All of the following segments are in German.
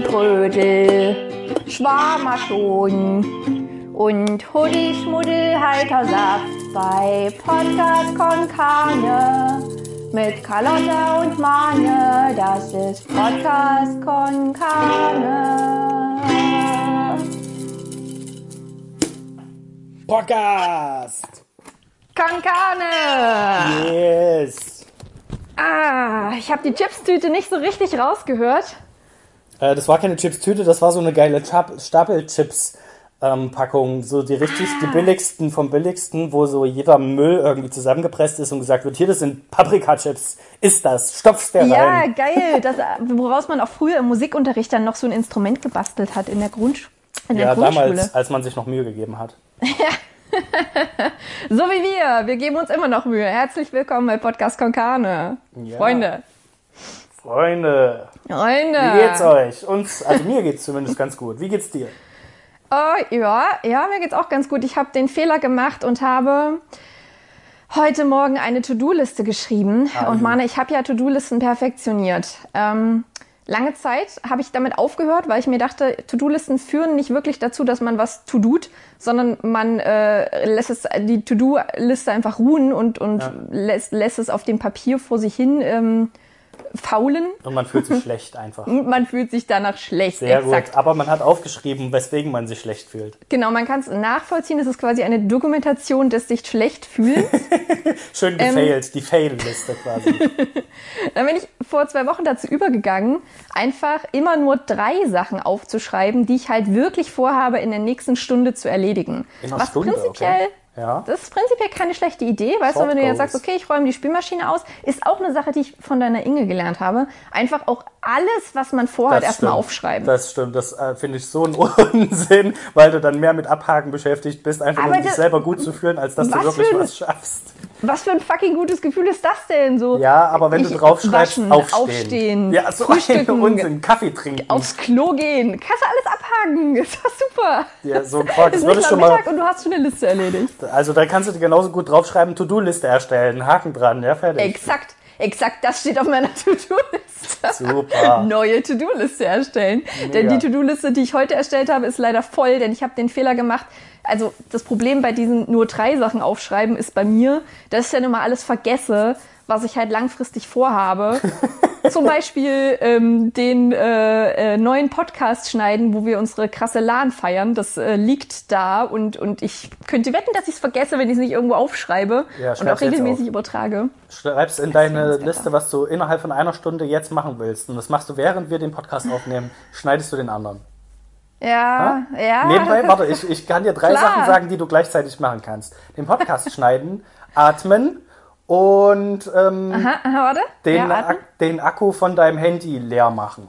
Trödel, Schwarmaschon und Huddi, Schmuddel, heiter Saft bei Podcast con Carne mit Carlotta und Mane. Das ist Podcast con Carne. Podcast! Con Carne! Yes! Ich habe die Chipstüte nicht so richtig rausgehört. Das war keine Chipstüte, das war so eine geile Stapel-Chips-Packung. So die billigsten vom billigsten, wo so jeder Müll irgendwie zusammengepresst ist und gesagt wird, hier, das sind Paprika-Chips. Ist das? Stopf's der rein. Ja, geil. Das, woraus man auch früher im Musikunterricht dann noch so ein Instrument gebastelt hat in der Grundschule. Damals, als man sich noch Mühe gegeben hat. Ja. So wie wir. Wir geben uns immer noch Mühe. Herzlich willkommen bei Podcast con Carne. Ja. Freunde. Wie geht's euch? Also mir geht's zumindest ganz gut. Wie geht's dir? Ja, mir geht's auch ganz gut. Ich habe den Fehler gemacht und habe heute Morgen eine To-Do-Liste geschrieben. Und Mane, ich habe ja To-Do-Listen perfektioniert. Lange Zeit habe ich damit aufgehört, weil ich mir dachte, To-Do-Listen führen nicht wirklich dazu, dass man was to-do't, sondern man lässt die To-Do-Liste einfach ruhen und lässt es auf dem Papier vor sich hin faulen. Und man fühlt sich schlecht einfach. Man fühlt sich danach schlecht, Sehr exakt. gut, aber man hat aufgeschrieben, weswegen man sich schlecht fühlt. Genau, man kann es nachvollziehen, das ist quasi eine Dokumentation des sich schlecht fühlens. Schön gefailt, die Fail-Liste quasi. Dann bin ich vor 2 Wochen dazu übergegangen, einfach immer nur 3 Sachen aufzuschreiben, die ich halt wirklich vorhabe, in der nächsten Stunde zu erledigen. In einer Stunde, prinzipiell, okay. Ja. Das ist prinzipiell keine schlechte Idee, weißt du, wenn du jetzt sagst, okay, ich räume die Spülmaschine aus, ist auch eine Sache, die ich von deiner Inge gelernt habe. Einfach auch alles, was man vorhat, erstmal aufschreiben. Das stimmt, das finde ich so ein Unsinn, weil du dann mehr mit Abhaken beschäftigt bist, einfach nur um dich selber gut zu fühlen, als dass du wirklich was schaffst. Was für ein fucking gutes Gefühl ist das denn? So, ja, aber wenn du draufschreibst, aufstehen. Ja, so ein Unsinn, Kaffee trinken. Aufs Klo gehen. Kannst du alles abhaken. Das ist super. Ja, so ein Quark. Das ist schon Mittag und du hast schon eine Liste erledigt. Also da kannst du dir genauso gut draufschreiben, To-Do-Liste erstellen, Haken dran, ja, fertig. Exakt, das steht auf meiner To-Do-Liste. Super. Neue To-Do-Liste erstellen. Mega. Denn die To-Do-Liste, die ich heute erstellt habe, ist leider voll, denn ich habe den Fehler gemacht. Also das Problem bei diesen nur 3 Sachen aufschreiben ist bei mir, dass ich dann immer alles vergesse, was ich halt langfristig vorhabe. Zum Beispiel den neuen Podcast schneiden, wo wir unsere krasse LAN feiern. Das liegt da und ich könnte wetten, dass ich es vergesse, wenn ich es nicht irgendwo aufschreibe und auch regelmäßig übertrage. Schreib's in deine Liste, was du innerhalb von 1 Stunde jetzt machen willst. Und das machst du, während wir den Podcast aufnehmen, schneidest du den anderen. Ja. Nebenbei, warte, ich kann dir 3 Sachen sagen, die du gleichzeitig machen kannst. Den Podcast schneiden, atmen und warte. Den Akku von deinem Handy leer machen.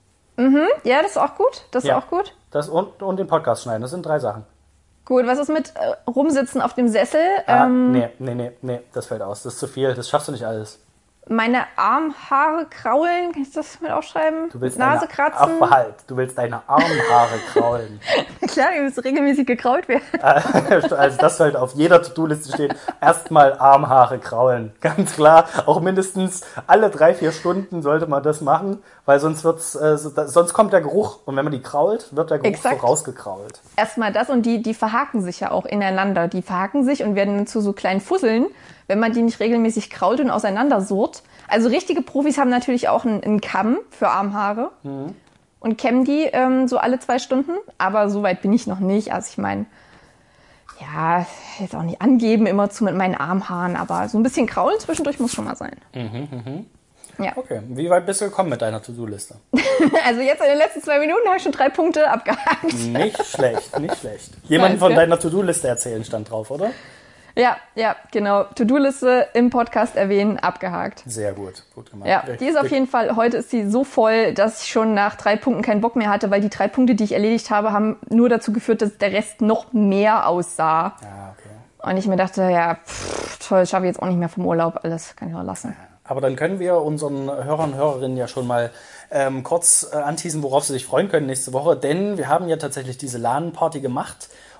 Ja, das ist auch gut. Das und den Podcast schneiden, das sind 3 Sachen. Gut, was ist mit rumsitzen auf dem Sessel? Nee, das fällt aus. Das ist zu viel, das schaffst du nicht alles. Meine Armhaare kraulen, kann ich das mit aufschreiben? Du willst Nase kratzen? Du willst deine Armhaare kraulen. Klar, die müssen regelmäßig gekrault werden. Also das sollte auf jeder To-Do-Liste stehen. Erstmal Armhaare kraulen. Ganz klar, auch mindestens alle 3-4 Stunden sollte man das machen, weil sonst kommt der Geruch. Und wenn man die krault, wird der Geruch so rausgekrault. Erstmal das und die verhaken sich ja auch ineinander. Die verhaken sich und werden zu so kleinen Fusseln, wenn man die nicht regelmäßig krault und auseinandersurrt. Also richtige Profis haben natürlich auch einen Kamm für Armhaare und kämmen die so alle 2 Stunden. Aber so weit bin ich noch nicht. Also ich meine, ja, jetzt auch nicht angeben immerzu mit meinen Armhaaren, aber so ein bisschen kraulen zwischendurch muss schon mal sein. Ja. Okay, wie weit bist du gekommen mit deiner To-Do-Liste? Also jetzt in den letzten 2 Minuten habe ich schon 3 Punkte abgehakt. Nicht schlecht. Jemand von deiner To-Do-Liste erzählen stand drauf, oder? Ja, genau. To-Do-Liste im Podcast erwähnen, abgehakt. Sehr gut gemacht. Ja, die ist auf jeden Fall, heute ist sie so voll, dass ich schon nach 3 Punkten keinen Bock mehr hatte, weil die 3 Punkte, die ich erledigt habe, haben nur dazu geführt, dass der Rest noch mehr aussah. Ja, okay. Und ich mir dachte, ja, toll, schaffe ich jetzt auch nicht mehr vom Urlaub, alles kann ich auch lassen. Aber dann können wir unseren Hörern und Hörerinnen ja schon mal kurz anteasen, worauf sie sich freuen können nächste Woche, denn wir haben ja tatsächlich diese LAN-Party gemacht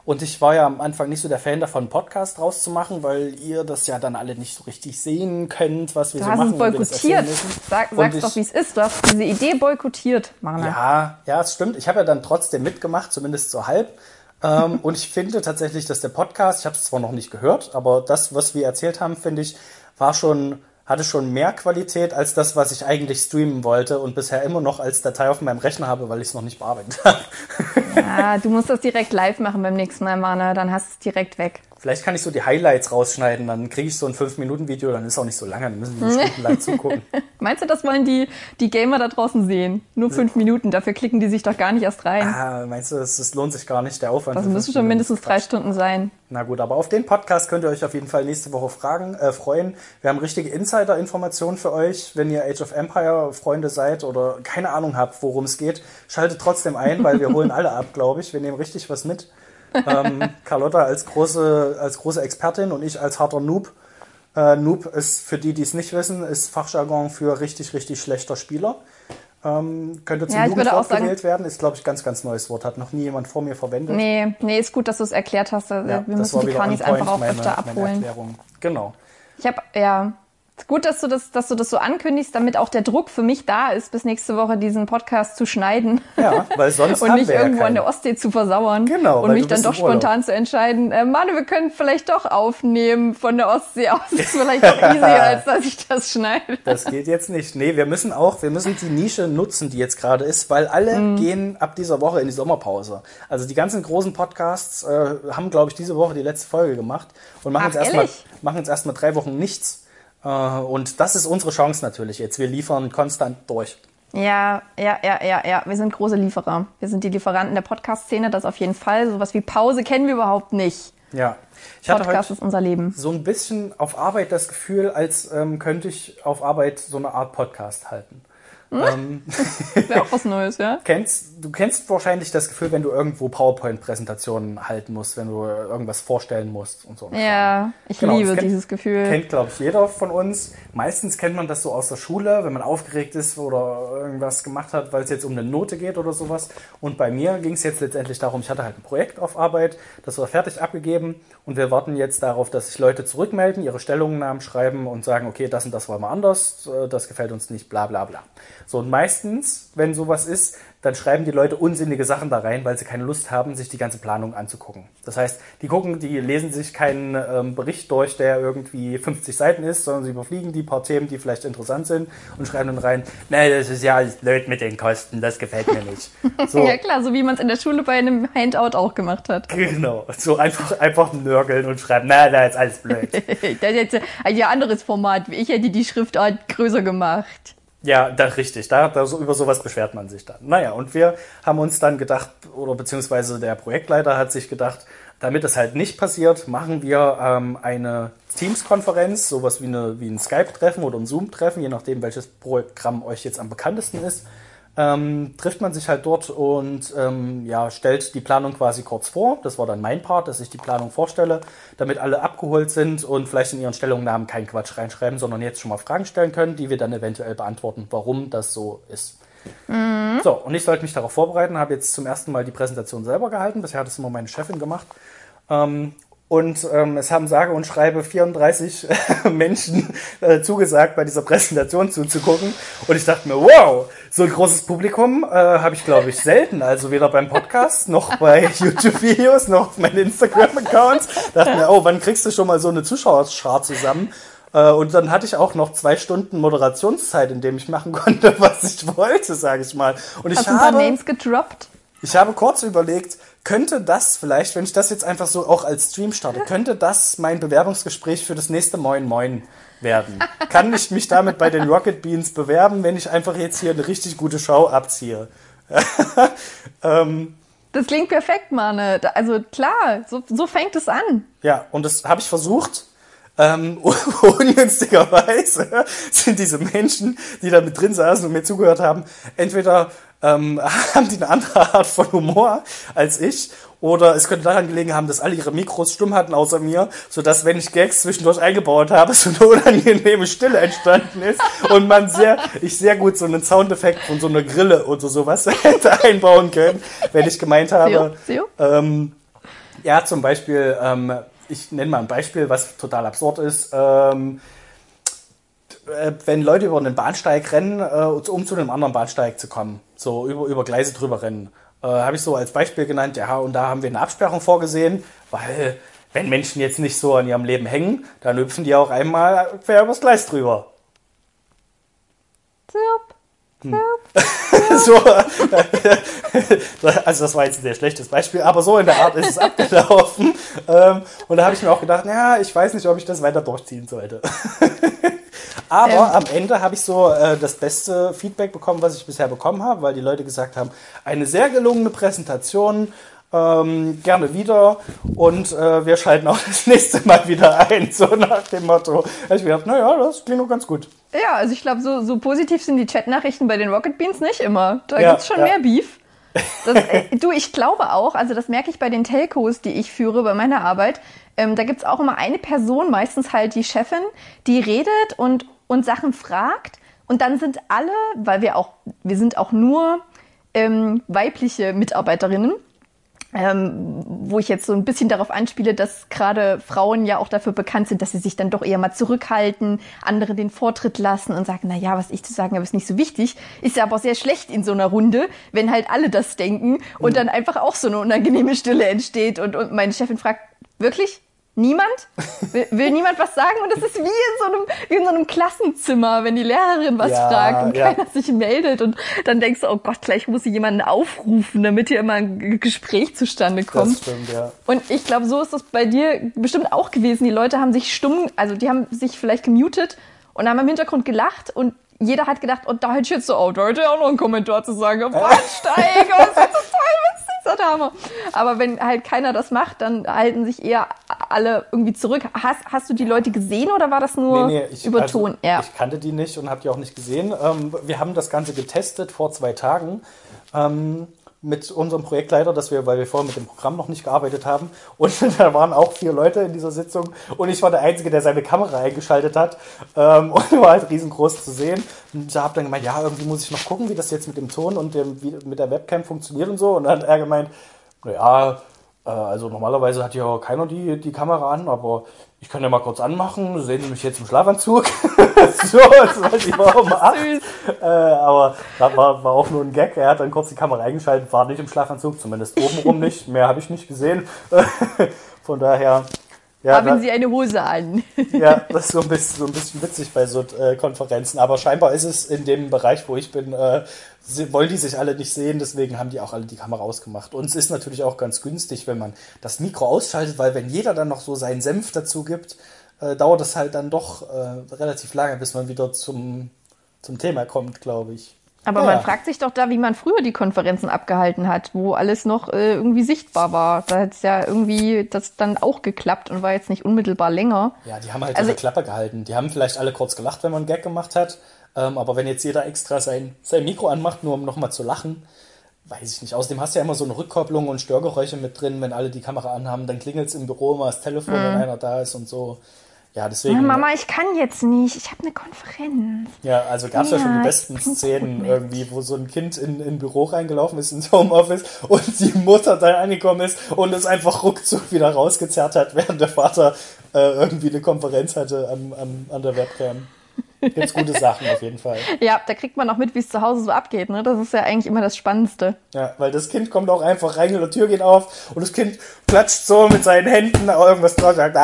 Und ich war ja am Anfang nicht so der Fan davon, einen Podcast draus zu machen, weil ihr das ja dann alle nicht so richtig sehen könnt, was wir so machen. Du hast es boykottiert. Sag's doch, wie es ist. Du hast diese Idee boykottiert, Marna. Ja, es stimmt. Ich habe ja dann trotzdem mitgemacht, zumindest so halb. Und ich finde tatsächlich, dass der Podcast, ich habe es zwar noch nicht gehört, aber das, was wir erzählt haben, finde ich, hatte schon mehr Qualität als das, was ich eigentlich streamen wollte und bisher immer noch als Datei auf meinem Rechner habe, weil ich es noch nicht bearbeitet habe. Ja, du musst das direkt live machen beim nächsten Mal, Marna, dann hast du es direkt weg. Vielleicht kann ich so die Highlights rausschneiden, dann kriege ich so ein 5-Minuten-Video, dann ist es auch nicht so lange, dann müssen die nicht stundenlang zugucken. Meinst du, das wollen die Gamer da draußen sehen? Nur 5 Minuten, dafür klicken die sich doch gar nicht erst rein. Meinst du, das lohnt sich gar nicht, der Aufwand? Das müssen schon mindestens 3 Stunden sein. Na gut, aber auf den Podcast könnt ihr euch auf jeden Fall nächste Woche freuen. Wir haben richtige Insider-Informationen für euch. Wenn ihr Age of Empire Freunde seid oder keine Ahnung habt, worum es geht, schaltet trotzdem ein, weil wir holen alle ab, glaube ich. Wir nehmen richtig was mit. Carlotta als große Expertin und ich als harter Noob. Noob ist, für die es nicht wissen, ist Fachjargon für richtig, richtig schlechter Spieler. Könnte zum Jugendwort gewählt werden, ist, glaube ich, ganz, ganz neues Wort. Hat noch nie jemand vor mir verwendet. Nee, ist gut, dass du es erklärt hast. Wir müssen die Kranis einfach auch öfter abholen. Genau. Gut, dass du das so ankündigst, damit auch der Druck für mich da ist, bis nächste Woche diesen Podcast zu schneiden. Ja, weil sonst und nicht irgendwo an der Ostsee zu versauern. Genau. Und mich dann doch spontan zu entscheiden, Manu, wir können vielleicht doch aufnehmen von der Ostsee aus. Das ist vielleicht doch easier, als dass ich das schneide. Das geht jetzt nicht. Nee, wir müssen die Nische nutzen, die jetzt gerade ist, weil alle gehen ab dieser Woche in die Sommerpause. Also die ganzen großen Podcasts haben, glaube ich, diese Woche die letzte Folge gemacht und machen jetzt erstmal 3 Wochen nichts. Und das ist unsere Chance natürlich jetzt. Wir liefern konstant durch. Ja. Wir sind große Lieferer. Wir sind die Lieferanten der Podcast-Szene, das auf jeden Fall. Sowas wie Pause kennen wir überhaupt nicht. Ja. Ich hatte Podcast ist unser Leben. So ein bisschen auf Arbeit das Gefühl, als könnte ich auf Arbeit so eine Art Podcast halten. Wäre auch was Neues, ja? Du kennst wahrscheinlich das Gefühl, wenn du irgendwo PowerPoint-Präsentationen halten musst, wenn du irgendwas vorstellen musst und so. Ja, ich liebe dieses Gefühl. Kennt, glaube ich, jeder von uns. Meistens kennt man das so aus der Schule, wenn man aufgeregt ist oder irgendwas gemacht hat, weil es jetzt um eine Note geht oder sowas. Und bei mir ging es jetzt letztendlich darum, ich hatte halt ein Projekt auf Arbeit, das war fertig abgegeben und wir warten jetzt darauf, dass sich Leute zurückmelden, ihre Stellungnahmen schreiben und sagen, okay, das und das wollen wir anders, das gefällt uns nicht, bla bla bla. So, und meistens, wenn sowas ist, dann schreiben die Leute unsinnige Sachen da rein, weil sie keine Lust haben, sich die ganze Planung anzugucken. Das heißt, die lesen sich keinen Bericht durch, der irgendwie 50 Seiten ist, sondern sie überfliegen die paar Themen, die vielleicht interessant sind und schreiben dann rein, nee, das ist ja alles blöd mit den Kosten, das gefällt mir nicht. So. Ja klar, so wie man es in der Schule bei einem Handout auch gemacht hat. Genau, so einfach nörgeln und schreiben, na, da ist alles blöd. Das ist jetzt ein anderes Format, ich hätte die Schriftart größer gemacht. Ja, richtig. Über sowas beschwert man sich dann. Naja, und wir haben uns dann gedacht, oder beziehungsweise der Projektleiter hat sich gedacht, damit das halt nicht passiert, machen wir eine Teams-Konferenz, sowas wie ein Skype-Treffen oder ein Zoom-Treffen, je nachdem, welches Programm euch jetzt am bekanntesten ist. Trifft man sich halt dort und stellt die Planung quasi kurz vor. Das war dann mein Part, dass ich die Planung vorstelle, damit alle abgeholt sind und vielleicht in ihren Stellungnahmen keinen Quatsch reinschreiben, sondern jetzt schon mal Fragen stellen können, die wir dann eventuell beantworten, warum das so ist. Mhm. So, und ich sollte mich darauf vorbereiten, habe jetzt zum ersten Mal die Präsentation selber gehalten. Bisher hat es immer meine Chefin gemacht. Es haben sage und schreibe 34 Menschen zugesagt, bei dieser Präsentation zuzugucken. Und ich dachte mir, wow, so ein großes Publikum habe ich, glaube ich, selten. Also weder beim Podcast, noch bei YouTube-Videos, noch auf meinen Instagram-Accounts. Dachte mir, wann kriegst du schon mal so eine Zuschauerschar zusammen? Und dann hatte ich auch noch 2 Stunden Moderationszeit, in dem ich machen konnte, was ich wollte, sage ich mal. Und hast du ein paar Names gedroppt? Ich habe kurz überlegt, könnte das vielleicht, wenn ich das jetzt einfach so auch als Stream starte, könnte das mein Bewerbungsgespräch für das nächste Moin Moin werden? Kann ich mich damit bei den Rocket Beans bewerben, wenn ich einfach jetzt hier eine richtig gute Show abziehe? Das klingt perfekt, Mane. Also klar, so fängt es an. Ja, und das habe ich versucht. Ungünstigerweise sind diese Menschen, die da mit drin saßen und mir zugehört haben, entweder haben die eine andere Art von Humor als ich, oder es könnte daran gelegen haben, dass alle ihre Mikros stumm hatten außer mir, sodass, wenn ich Gags zwischendurch eingebaut habe, so eine unangenehme Stille entstanden ist und ich sehr gut so einen Soundeffekt von so einer Grille oder sowas hätte einbauen können, wenn ich gemeint habe, Ja, zum Beispiel, ich nenne mal ein Beispiel, was total absurd ist. Wenn Leute über einen Bahnsteig rennen, um zu einem anderen Bahnsteig zu kommen, so über Gleise drüber rennen, habe ich so als Beispiel genannt, ja, und da haben wir eine Absperrung vorgesehen, weil wenn Menschen jetzt nicht so an ihrem Leben hängen, dann hüpfen die auch einmal quer übers Gleis drüber. So, also das war jetzt ein sehr schlechtes Beispiel, aber so in der Art ist es abgelaufen. Und da habe ich mir auch gedacht, ja, ich weiß nicht, ob ich das weiter durchziehen sollte. Aber am Ende habe ich so das beste Feedback bekommen, was ich bisher bekommen habe, weil die Leute gesagt haben, eine sehr gelungene Präsentation, gerne wieder und wir schalten auch das nächste Mal wieder ein, so nach dem Motto. Da habe ich mir gedacht, naja, das klingt doch ganz gut. Ja, also ich glaube, so positiv sind die Chatnachrichten bei den Rocket Beans nicht immer. Da gibt's schon mehr Beef. Ich glaube auch, also das merke ich bei den Telcos, die ich führe bei meiner Arbeit, da gibt's auch immer eine Person, meistens halt die Chefin, die redet und Sachen fragt und dann sind alle, weil wir sind auch nur weibliche Mitarbeiterinnen, wo ich jetzt so ein bisschen darauf anspiele, dass gerade Frauen ja auch dafür bekannt sind, dass sie sich dann doch eher mal zurückhalten, andere den Vortritt lassen und sagen, na ja, was ich zu sagen habe, ist nicht so wichtig. Ist ja aber sehr schlecht in so einer Runde, wenn halt alle das denken und dann einfach auch so eine unangenehme Stille entsteht und meine Chefin fragt, wirklich? Niemand? Will niemand was sagen? Und das ist wie in so einem Klassenzimmer, wenn die Lehrerin was fragt und keiner sich meldet. Und dann denkst du, oh Gott, gleich muss sie jemanden aufrufen, damit hier immer ein Gespräch zustande kommt. Das stimmt, ja. Und ich glaube, so ist das bei dir bestimmt auch gewesen. Die Leute haben sich die haben sich vielleicht gemutet und haben im Hintergrund gelacht und jeder hat gedacht, oh, da hätte ich jetzt so, da hätte ich auch noch einen Kommentar zu sagen. Bahnsteig, das ist total witzig, das Hammer. Aber wenn halt keiner das macht, dann halten sich eher alle irgendwie zurück. Hast du die Leute gesehen oder war das nur über Ton? Ja. Ich kannte die nicht und habe die auch nicht gesehen. Wir haben das Ganze getestet vor 2 Tagen. Mit unserem Projektleiter, weil wir vorher mit dem Programm noch nicht gearbeitet haben. Und da waren auch 4 Leute in dieser Sitzung. Und ich war der Einzige, der seine Kamera eingeschaltet hat. Und war halt riesengroß zu sehen. Und ich habe dann gemeint, ja, irgendwie muss ich noch gucken, wie das jetzt mit dem Ton und mit der Webcam funktioniert und so. Und dann hat er gemeint, naja, also normalerweise hat ja keiner die Kamera an, aber ich kann ja mal kurz anmachen. Sehen Sie mich jetzt im Schlafanzug? So, das wollte ich mal machen. Aber das war auch nur ein Gag. Er hat dann kurz die Kamera eingeschaltet, war nicht im Schlafanzug, zumindest obenrum nicht. Mehr habe ich nicht gesehen. Von daher... Ja, haben Sie eine Hose an? Ja, das ist so ein bisschen witzig bei so Konferenzen. Aber scheinbar ist es in dem Bereich, wo ich bin, wollen die sich alle nicht sehen. Deswegen haben die auch alle die Kamera ausgemacht. Und es ist natürlich auch ganz günstig, wenn man das Mikro ausschaltet, weil wenn jeder dann noch so seinen Senf dazu gibt, dauert es halt dann doch relativ lange, bis man wieder zum Thema kommt, glaube ich. Aber man fragt sich doch da, wie man früher die Konferenzen abgehalten hat, wo alles noch irgendwie sichtbar war. Da hat es ja irgendwie das dann auch geklappt und war jetzt nicht unmittelbar länger. Ja, die haben halt ihre Klappe gehalten. Die haben vielleicht alle kurz gelacht, wenn man einen Gag gemacht hat. Aber wenn jetzt jeder extra sein Mikro anmacht, nur um nochmal zu lachen, weiß ich nicht. Außerdem hast du ja immer so eine Rückkopplung und Störgeräusche mit drin. Wenn alle die Kamera anhaben, dann klingelt es im Büro immer das Telefon, wenn einer da ist und so. Ja, deswegen. Mama, ich kann jetzt nicht. Ich habe eine Konferenz. Ja, also gab es ja schon die besten Szenen irgendwie, wo so ein Kind in ein Büro reingelaufen ist, ins Homeoffice und die Mutter dann angekommen ist und es einfach ruckzuck wieder rausgezerrt hat, während der Vater irgendwie eine Konferenz hatte an der Webcam. Gibt's gute Sachen auf jeden Fall. Ja, da kriegt man auch mit, wie es zu Hause so abgeht, ne? Das ist ja eigentlich immer das Spannendste. Ja, weil das Kind kommt auch einfach rein und die Tür geht auf und das Kind klatscht so mit seinen Händen irgendwas drauf, sagt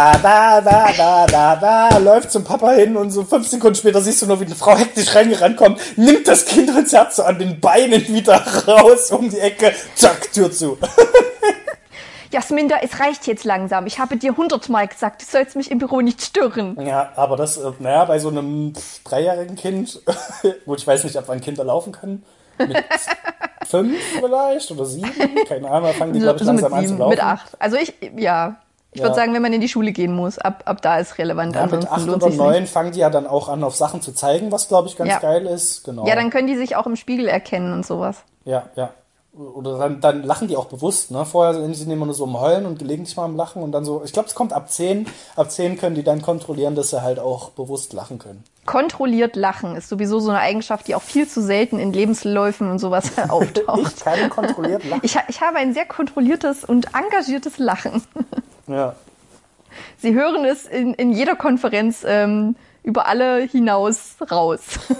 da, läuft zum Papa hin und so 5 Sekunden später siehst du nur, wie eine Frau hektisch reingerannt kommt, nimmt das Kind und zerrt so an den Beinen wieder raus um die Ecke, zack, Tür zu. Jasminda, es reicht jetzt langsam. Ich habe dir 100-mal gesagt, du sollst mich im Büro nicht stören. Ja, aber das, bei so einem 3-jährigen Kind, gut, ich weiß nicht, ob wann Kinder laufen können, mit 5 vielleicht oder 7, keine Ahnung, da fangen die, glaube ich, langsam an zu laufen. Mit 8. Also ich würde sagen, wenn man in die Schule gehen muss, ab da ist relevant. Ja, mit 8 oder 9 fangen die ja dann auch an, auf Sachen zu zeigen, was, glaube ich, ganz geil ist. Genau. Ja, dann können die sich auch im Spiegel erkennen und sowas. Ja. oder dann lachen die auch bewusst, ne? Vorher sind sie immer nur so am Heulen und gelegentlich mal am Lachen und dann so, ich glaube, es kommt ab 10. Ab 10 können die dann kontrollieren, dass sie halt auch bewusst lachen können. Kontrolliert lachen ist sowieso so eine Eigenschaft, die auch viel zu selten in Lebensläufen und sowas auftaucht. Ich kann kontrolliert lachen. Ich habe ein sehr kontrolliertes und engagiertes Lachen. Ja. Sie hören es in jeder Konferenz über alle hinaus raus.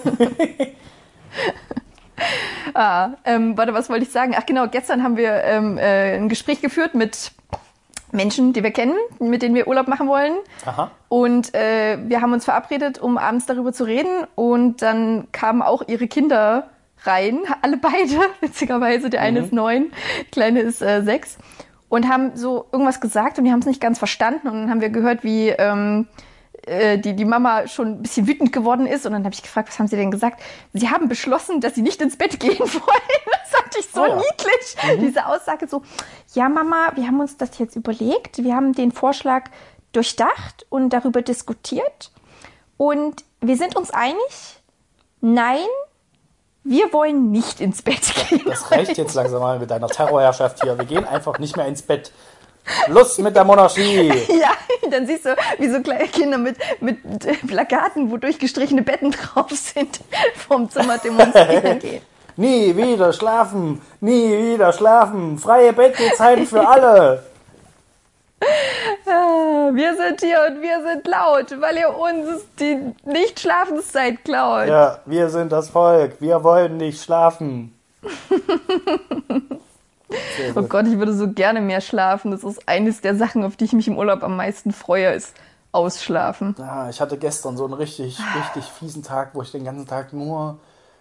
Warte, was wollte ich sagen? Ach genau, gestern haben wir ein Gespräch geführt mit Menschen, die wir kennen, mit denen wir Urlaub machen wollen. Aha. Und wir haben uns verabredet, um abends darüber zu reden. Und dann kamen auch ihre Kinder rein, alle beide, witzigerweise. Der eine ist 9, der kleine ist 6. Und haben so irgendwas gesagt und die haben es nicht ganz verstanden. Und dann haben wir gehört, wie die Mama schon ein bisschen wütend geworden ist. Und dann habe ich gefragt, was haben sie denn gesagt? Sie haben beschlossen, dass sie nicht ins Bett gehen wollen. Das fand ich so niedlich. Diese Aussage so, ja Mama, wir haben uns das jetzt überlegt. Wir haben den Vorschlag durchdacht und darüber diskutiert. Und wir sind uns einig, nein, wir wollen nicht ins Bett gehen. Das reicht jetzt langsam mal mit deiner Terrorherrschaft hier. Wir gehen einfach nicht mehr ins Bett. Los mit der Monarchie! Ja, dann siehst du, wie so kleine Kinder mit Plakaten, wo durchgestrichene Betten drauf sind, vom Zimmer demonstrieren gehen. Nie wieder schlafen! Nie wieder schlafen! Freie Bettzeiten für alle! Wir sind hier und wir sind laut, weil ihr uns die Nicht-Schlafenszeit klaut. Ja, wir sind das Volk. Wir wollen nicht schlafen. Oh Gott, ich würde so gerne mehr schlafen. Das ist eines der Sachen, auf die ich mich im Urlaub am meisten freue, ist Ausschlafen. Ja, ich hatte gestern so einen richtig fiesen Tag, wo ich den ganzen Tag nur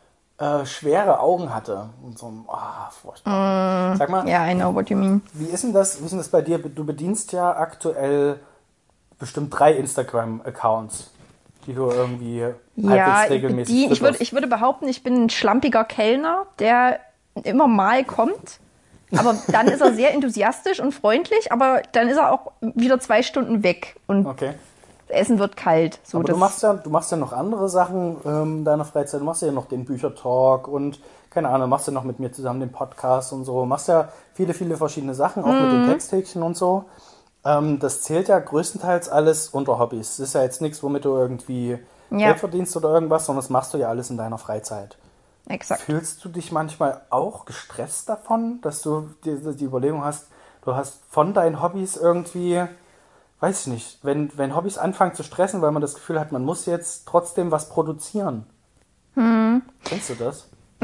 schwere Augen hatte. Und so, furchtbar. Sag mal, Ja, I know what you mean. wie ist denn das bei dir? Du bedienst ja aktuell bestimmt 3 Instagram-Accounts, die du irgendwie halbwegs regelmäßig ich würde behaupten, ich bin ein schlampiger Kellner, der immer mal kommt. Aber dann ist er sehr enthusiastisch und freundlich, aber dann ist er auch wieder 2 Stunden weg und Okay. das Essen wird kalt. So, Aber du machst ja noch andere Sachen in deiner Freizeit. Du machst ja noch den Büchertalk und keine Ahnung, machst ja noch mit mir zusammen den Podcast und so. Machst ja viele, viele verschiedene Sachen, auch mit den Texthäkchen und so. Das zählt ja größtenteils alles unter Hobbys. Das ist ja jetzt nichts, womit du irgendwie Geld verdienst oder irgendwas, sondern das machst du ja alles in deiner Freizeit. Exakt. Fühlst du dich manchmal auch gestresst davon, dass du die Überlegung hast, du hast von deinen Hobbys irgendwie, weiß ich nicht, wenn Hobbys anfangen zu stressen, weil man das Gefühl hat, man muss jetzt trotzdem was produzieren. Kennst du das?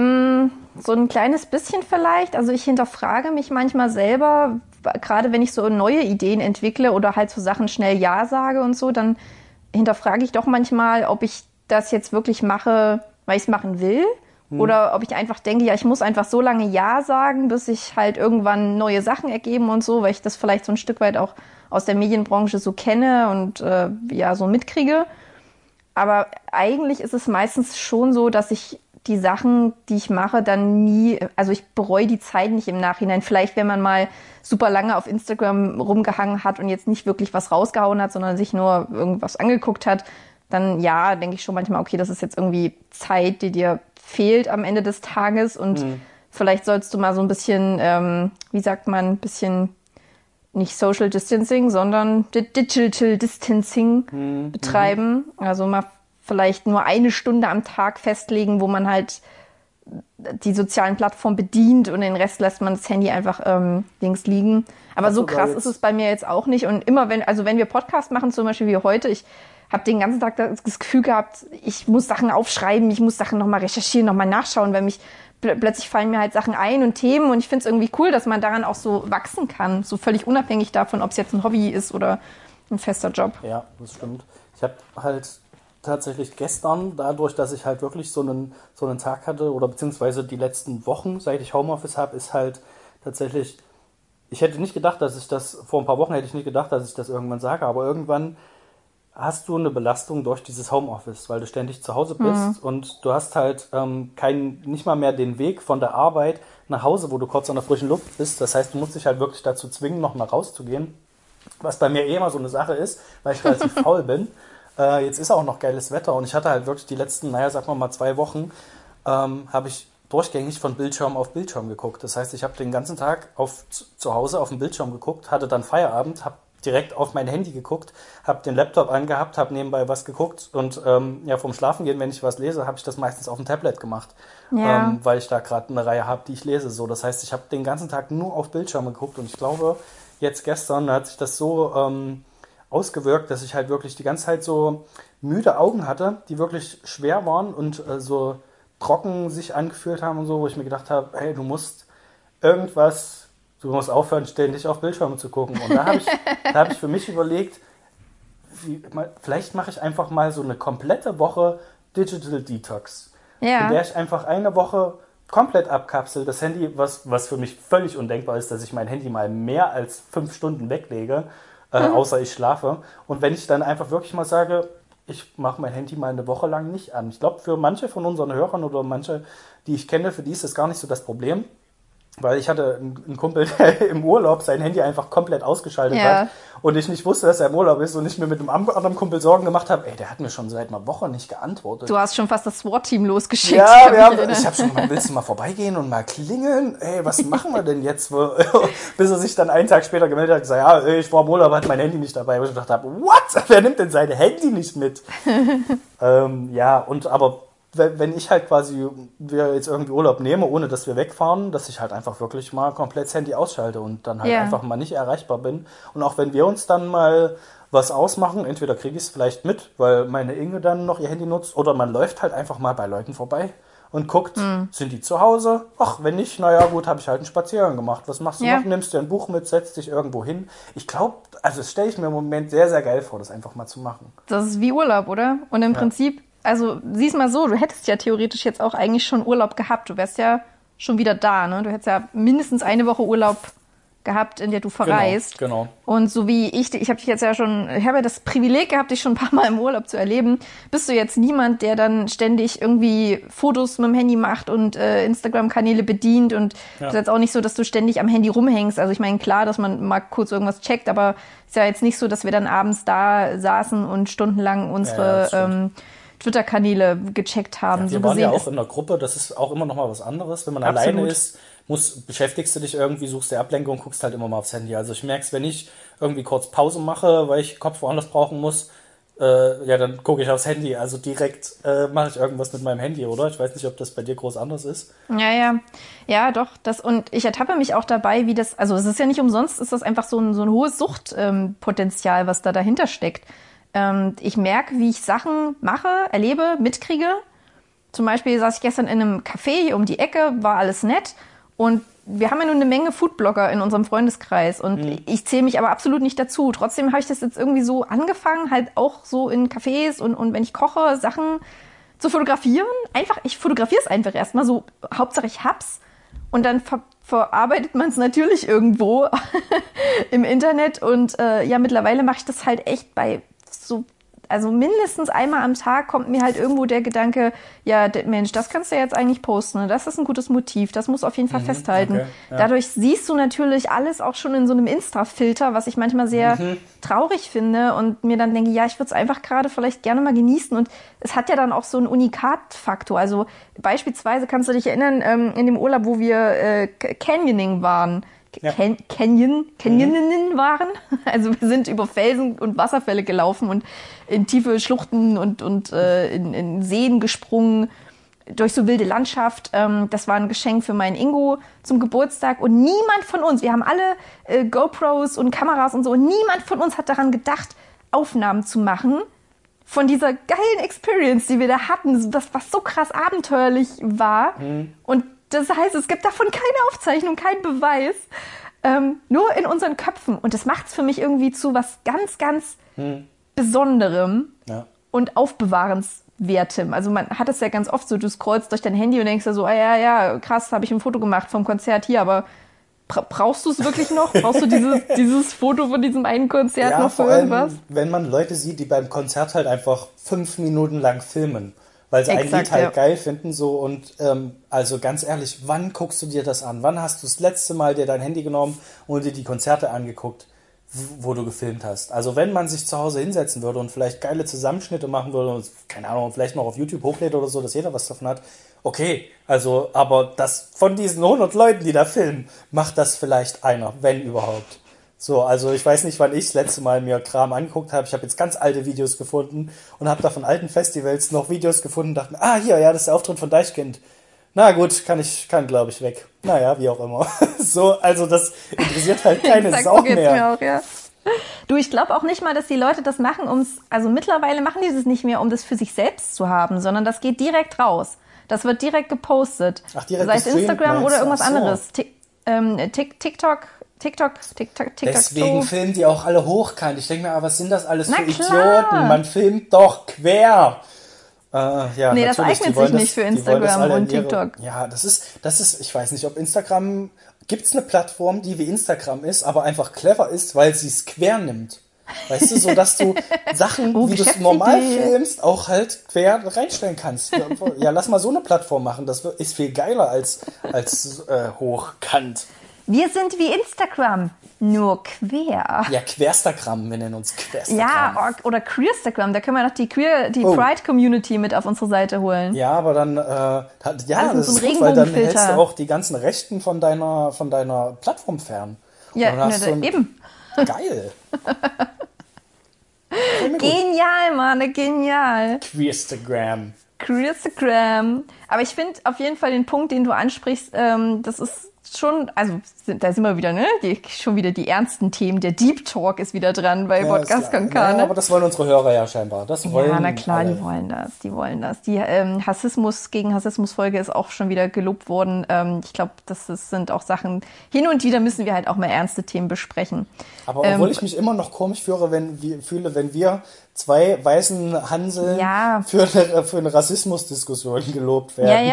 So ein kleines bisschen vielleicht. Also ich hinterfrage mich manchmal selber, gerade wenn ich so neue Ideen entwickle oder halt so Sachen schnell Ja sage und so, dann hinterfrage ich doch manchmal, ob ich das jetzt wirklich mache, weil ich es machen will. Oder ob ich einfach denke, ja, ich muss einfach so lange Ja sagen, bis sich halt irgendwann neue Sachen ergeben und so, weil ich das vielleicht so ein Stück weit auch aus der Medienbranche so kenne und so mitkriege. Aber eigentlich ist es meistens schon so, dass ich die Sachen, die ich mache, dann nie, also ich bereue die Zeit nicht im Nachhinein. Vielleicht, wenn man mal super lange auf Instagram rumgehangen hat und jetzt nicht wirklich was rausgehauen hat, sondern sich nur irgendwas angeguckt hat, dann ja, denke ich schon manchmal, okay, das ist jetzt irgendwie Zeit, die dir fehlt am Ende des Tages und vielleicht sollst du mal so ein bisschen, wie sagt man, ein bisschen nicht Social Distancing, sondern Digital Distancing betreiben. Also mal vielleicht nur 1 Stunde am Tag festlegen, wo man halt die sozialen Plattformen bedient und den Rest lässt man das Handy einfach links liegen. Aber so krass ist es bei mir jetzt auch nicht. Und immer wenn wir Podcast machen, zum Beispiel wie heute, ich habe den ganzen Tag das Gefühl gehabt, ich muss Sachen aufschreiben, ich muss Sachen nochmal recherchieren, nochmal nachschauen, weil plötzlich fallen mir halt Sachen ein und Themen und ich finde es irgendwie cool, dass man daran auch so wachsen kann, so völlig unabhängig davon, ob es jetzt ein Hobby ist oder ein fester Job. Ja, das stimmt. Ich habe halt tatsächlich gestern, dadurch, dass ich halt wirklich so einen Tag hatte oder beziehungsweise die letzten Wochen, seit ich Homeoffice habe, ist halt tatsächlich, ich hätte nicht gedacht, dass ich das, vor ein paar Wochen hätte ich nicht gedacht, dass ich das irgendwann sage, aber irgendwann hast du eine Belastung durch dieses Homeoffice, weil du ständig zu Hause bist und du hast halt nicht mal mehr den Weg von der Arbeit nach Hause, wo du kurz an der frischen Luft bist. Das heißt, du musst dich halt wirklich dazu zwingen, noch mal rauszugehen, was bei mir immer so eine Sache ist, weil ich relativ faul bin. Jetzt ist auch noch geiles Wetter und ich hatte halt wirklich die letzten, sagen wir mal 2 Wochen, habe ich durchgängig von Bildschirm auf Bildschirm geguckt. Das heißt, ich habe den ganzen Tag zu Hause auf dem Bildschirm geguckt, hatte dann Feierabend, habe direkt auf mein Handy geguckt, habe den Laptop angehabt, habe nebenbei was geguckt und vom Schlafengehen, wenn ich was lese, habe ich das meistens auf dem Tablet gemacht, weil ich da gerade eine Reihe habe, die ich lese. So, das heißt, ich habe den ganzen Tag nur auf Bildschirm geguckt und ich glaube, jetzt gestern hat sich das so ausgewirkt, dass ich halt wirklich die ganze Zeit so müde Augen hatte, die wirklich schwer waren und so trocken sich angefühlt haben und so, wo ich mir gedacht habe, hey, du musst aufhören, ständig auf Bildschirme zu gucken. Und da habe ich für mich überlegt, vielleicht mache ich einfach mal so eine komplette Woche Digital Detox, in der ich einfach eine Woche komplett abkapsel. Das Handy, was für mich völlig undenkbar ist, dass ich mein Handy mal mehr als 5 Stunden weglege, außer ich schlafe. Und wenn ich dann einfach wirklich mal sage, ich mache mein Handy mal eine Woche lang nicht an. Ich glaube, für manche von unseren Hörern oder manche, die ich kenne, für die ist das gar nicht so das Problem. Weil ich hatte einen Kumpel, der im Urlaub sein Handy einfach komplett ausgeschaltet hat und ich nicht wusste, dass er im Urlaub ist und ich mir mit einem anderen Kumpel Sorgen gemacht habe, der hat mir schon seit einer Woche nicht geantwortet. Du hast schon fast das SWAT-Team losgeschickt. Ja, ich habe schon mal, willst du mal vorbeigehen und mal klingeln? Ey, was machen wir denn jetzt? Bis er sich dann einen Tag später gemeldet hat und gesagt, ich war im Urlaub, hatte mein Handy nicht dabei. Und ich gedacht habe, what? Wer nimmt denn sein Handy nicht mit? Aber wenn ich halt wir jetzt irgendwie Urlaub nehme, ohne dass wir wegfahren, dass ich halt einfach wirklich mal komplett das Handy ausschalte und dann halt einfach mal nicht erreichbar bin. Und auch wenn wir uns dann mal was ausmachen, entweder kriege ich es vielleicht mit, weil meine Inge dann noch ihr Handy nutzt, oder man läuft halt einfach mal bei Leuten vorbei und guckt, sind die zu Hause? Ach, wenn nicht, naja gut, habe ich halt einen Spaziergang gemacht. Was machst du noch? Nimmst dir ein Buch mit, setzt dich irgendwo hin. Ich glaube, das stelle ich mir im Moment sehr, sehr geil vor, das einfach mal zu machen. Das ist wie Urlaub, oder? Und im Prinzip, also sieh's mal so, du hättest ja theoretisch jetzt auch eigentlich schon Urlaub gehabt. Du wärst ja schon wieder da, ne? Du hättest ja mindestens eine Woche Urlaub gehabt, in der du verreist. Genau. Und so wie ich habe ja das Privileg gehabt, dich schon ein paar Mal im Urlaub zu erleben, bist du jetzt niemand, der dann ständig irgendwie Fotos mit dem Handy macht und Instagram-Kanäle bedient und es ist jetzt auch nicht so, dass du ständig am Handy rumhängst. Also ich meine, klar, dass man mal kurz irgendwas checkt, aber es ist ja jetzt nicht so, dass wir dann abends da saßen und stundenlang unsere Twitter-Kanäle gecheckt haben. Ja, wir waren ja auch in der Gruppe, das ist auch immer noch mal was anderes. Wenn man alleine ist, beschäftigst du dich irgendwie, suchst dir Ablenkung, guckst halt immer mal aufs Handy. Also ich merke es, wenn ich irgendwie kurz Pause mache, weil ich Kopf woanders brauchen muss, dann gucke ich aufs Handy. Also direkt mache ich irgendwas mit meinem Handy, oder? Ich weiß nicht, ob das bei dir groß anders ist. Ja, doch. Und ich ertappe mich auch dabei, also es ist ja nicht umsonst, ist das einfach so ein hohes Suchtpotenzial, was da dahinter steckt. Ich merke, wie ich Sachen mache, erlebe, mitkriege. Zum Beispiel saß ich gestern in einem Café hier um die Ecke, war alles nett. Und wir haben ja nun eine Menge Foodblogger in unserem Freundeskreis. Und ich zähle mich aber absolut nicht dazu. Trotzdem habe ich das jetzt irgendwie so angefangen, halt auch so in Cafés und wenn ich koche, Sachen zu fotografieren. Ich fotografiere es einfach erstmal so. Hauptsache ich hab's. Und dann verarbeitet man es natürlich irgendwo im Internet. Und mittlerweile mache ich das halt echt also mindestens einmal am Tag kommt mir halt irgendwo der Gedanke, Mensch, das kannst du jetzt eigentlich posten, ne? Das ist ein gutes Motiv, das muss auf jeden Fall festhalten. Okay, ja. Dadurch siehst du natürlich alles auch schon in so einem Insta-Filter, was ich manchmal sehr traurig finde und mir dann denke, ich würde es einfach gerade vielleicht gerne mal genießen und es hat ja dann auch so einen Unikat-Faktor. Also beispielsweise kannst du dich erinnern, in dem Urlaub, wo wir Canyoning waren, Canyoninnen waren. Also wir sind über Felsen und Wasserfälle gelaufen und in tiefe Schluchten und in Seen gesprungen, durch so wilde Landschaft. Das war ein Geschenk für meinen Ingo zum Geburtstag und niemand von uns, wir haben alle GoPros und Kameras und so, und niemand von uns hat daran gedacht, Aufnahmen zu machen von dieser geilen Experience, die wir da hatten, was so krass abenteuerlich war. Und das heißt, es gibt davon keine Aufzeichnung, kein Beweis, nur in unseren Köpfen. Und das macht es für mich irgendwie zu was ganz, ganz Besonderem und Aufbewahrenswertem. Also man hat es ja ganz oft so, du scrollst durch dein Handy und denkst dir so, krass, habe ich ein Foto gemacht vom Konzert hier, aber brauchst du es wirklich noch? Brauchst du dieses Foto von diesem einen Konzert noch für irgendwas? Allem, wenn man Leute sieht, die beim Konzert halt einfach 5 Minuten lang filmen, weil sie ein Lied halt geil finden, so, und also ganz ehrlich, wann guckst du dir das an? Wann hast du das letzte Mal dir dein Handy genommen und dir die Konzerte angeguckt, wo du gefilmt hast? Also wenn man sich zu Hause hinsetzen würde und vielleicht geile Zusammenschnitte machen würde und, keine Ahnung, vielleicht noch auf YouTube hochlädt oder so, dass jeder was davon hat, Okay, also, aber das von diesen 100 Leuten, die da filmen, macht das vielleicht einer, wenn überhaupt. So, also ich weiß nicht, wann ich das letzte Mal mir Kram angeguckt habe. Ich habe jetzt ganz alte Videos gefunden und habe da von alten Festivals noch Videos gefunden und dachte mir, hier, ja, das ist der Auftritt von Deichkind. Na gut, kann glaube ich weg. Naja, wie auch immer. So, also das interessiert halt keine Sau mehr. Mir auch, ja. Du, ich glaube auch nicht mal, dass die Leute das machen, also mittlerweile machen die das nicht mehr, um das für sich selbst zu haben, sondern das geht direkt raus. Das wird direkt gepostet. Ach, direkt sei es Instagram oder irgendwas anderes. TikTok. Deswegen so. filmen die auch alle hochkant. Ich denke mir, was sind das alles für klar. Idioten? Man filmt doch quer. Nee, das eignet sich nicht für Instagram und TikTok. Ja, das ist, ich weiß nicht, ob Instagram, gibt's eine Plattform, die wie Instagram ist, aber einfach clever ist, weil sie es quer nimmt. Weißt du, so dass du Sachen, wie du es normal filmst, auch halt quer reinstellen kannst. Ja, lass mal so eine Plattform machen. Das ist viel geiler als hochkant. Wir sind wie Instagram, nur quer. Ja, Querstagram, wir nennen uns Querstagram. Ja, oder Queerstagram, da können wir noch die Pride-Community mit auf unsere Seite holen. Ja, aber dann, das ist gut, weil dann hältst du auch die ganzen Rechten von deiner Plattform fern. Ja, eben. Geil. Genial, Mann, genial. Queerstagram. Aber ich finde auf jeden Fall den Punkt, den du ansprichst, das ist schon, also da sind wir wieder, ne? Schon wieder die ernsten Themen. Der Deep Talk ist wieder dran bei Podcast Konkane. Ja, aber das wollen unsere Hörer ja scheinbar. Das wollen ja, na klar, alle. die wollen das. Die Rassismus-Folge ist auch schon wieder gelobt worden. Ich glaube, das sind auch Sachen, hin und wieder müssen wir halt auch mal ernste Themen besprechen. Aber obwohl ich mich immer noch komisch fühle, wenn wir zwei weißen Hanseln für eine Rassismusdiskussion gelobt werden.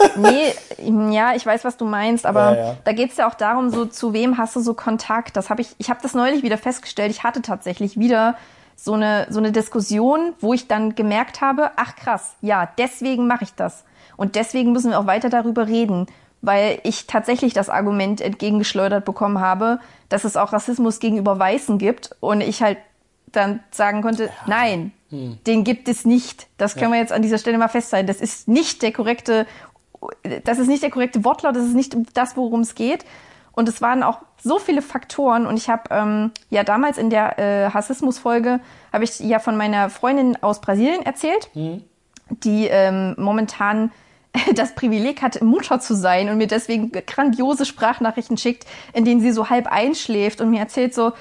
Ja, ich weiß, was du meinst, aber da geht's ja auch darum, so zu wem hast du so Kontakt. Ich habe das neulich wieder festgestellt. Ich hatte tatsächlich wieder so eine Diskussion, wo ich dann gemerkt habe, ach krass, ja, deswegen mache ich das. Und deswegen müssen wir auch weiter darüber reden, weil ich tatsächlich das Argument entgegengeschleudert bekommen habe, dass es auch Rassismus gegenüber Weißen gibt und ich halt dann sagen konnte, nein, den gibt es nicht. Das können wir jetzt an dieser Stelle mal festhalten. Das ist nicht der korrekte Wortlaut, das ist nicht das, worum es geht. Und es waren auch so viele Faktoren. Und ich habe damals in der Rassismus-Folge habe ich ja von meiner Freundin aus Brasilien erzählt, die momentan das Privileg hat, Mutter zu sein und mir deswegen grandiose Sprachnachrichten schickt, in denen sie so halb einschläft und mir erzählt so,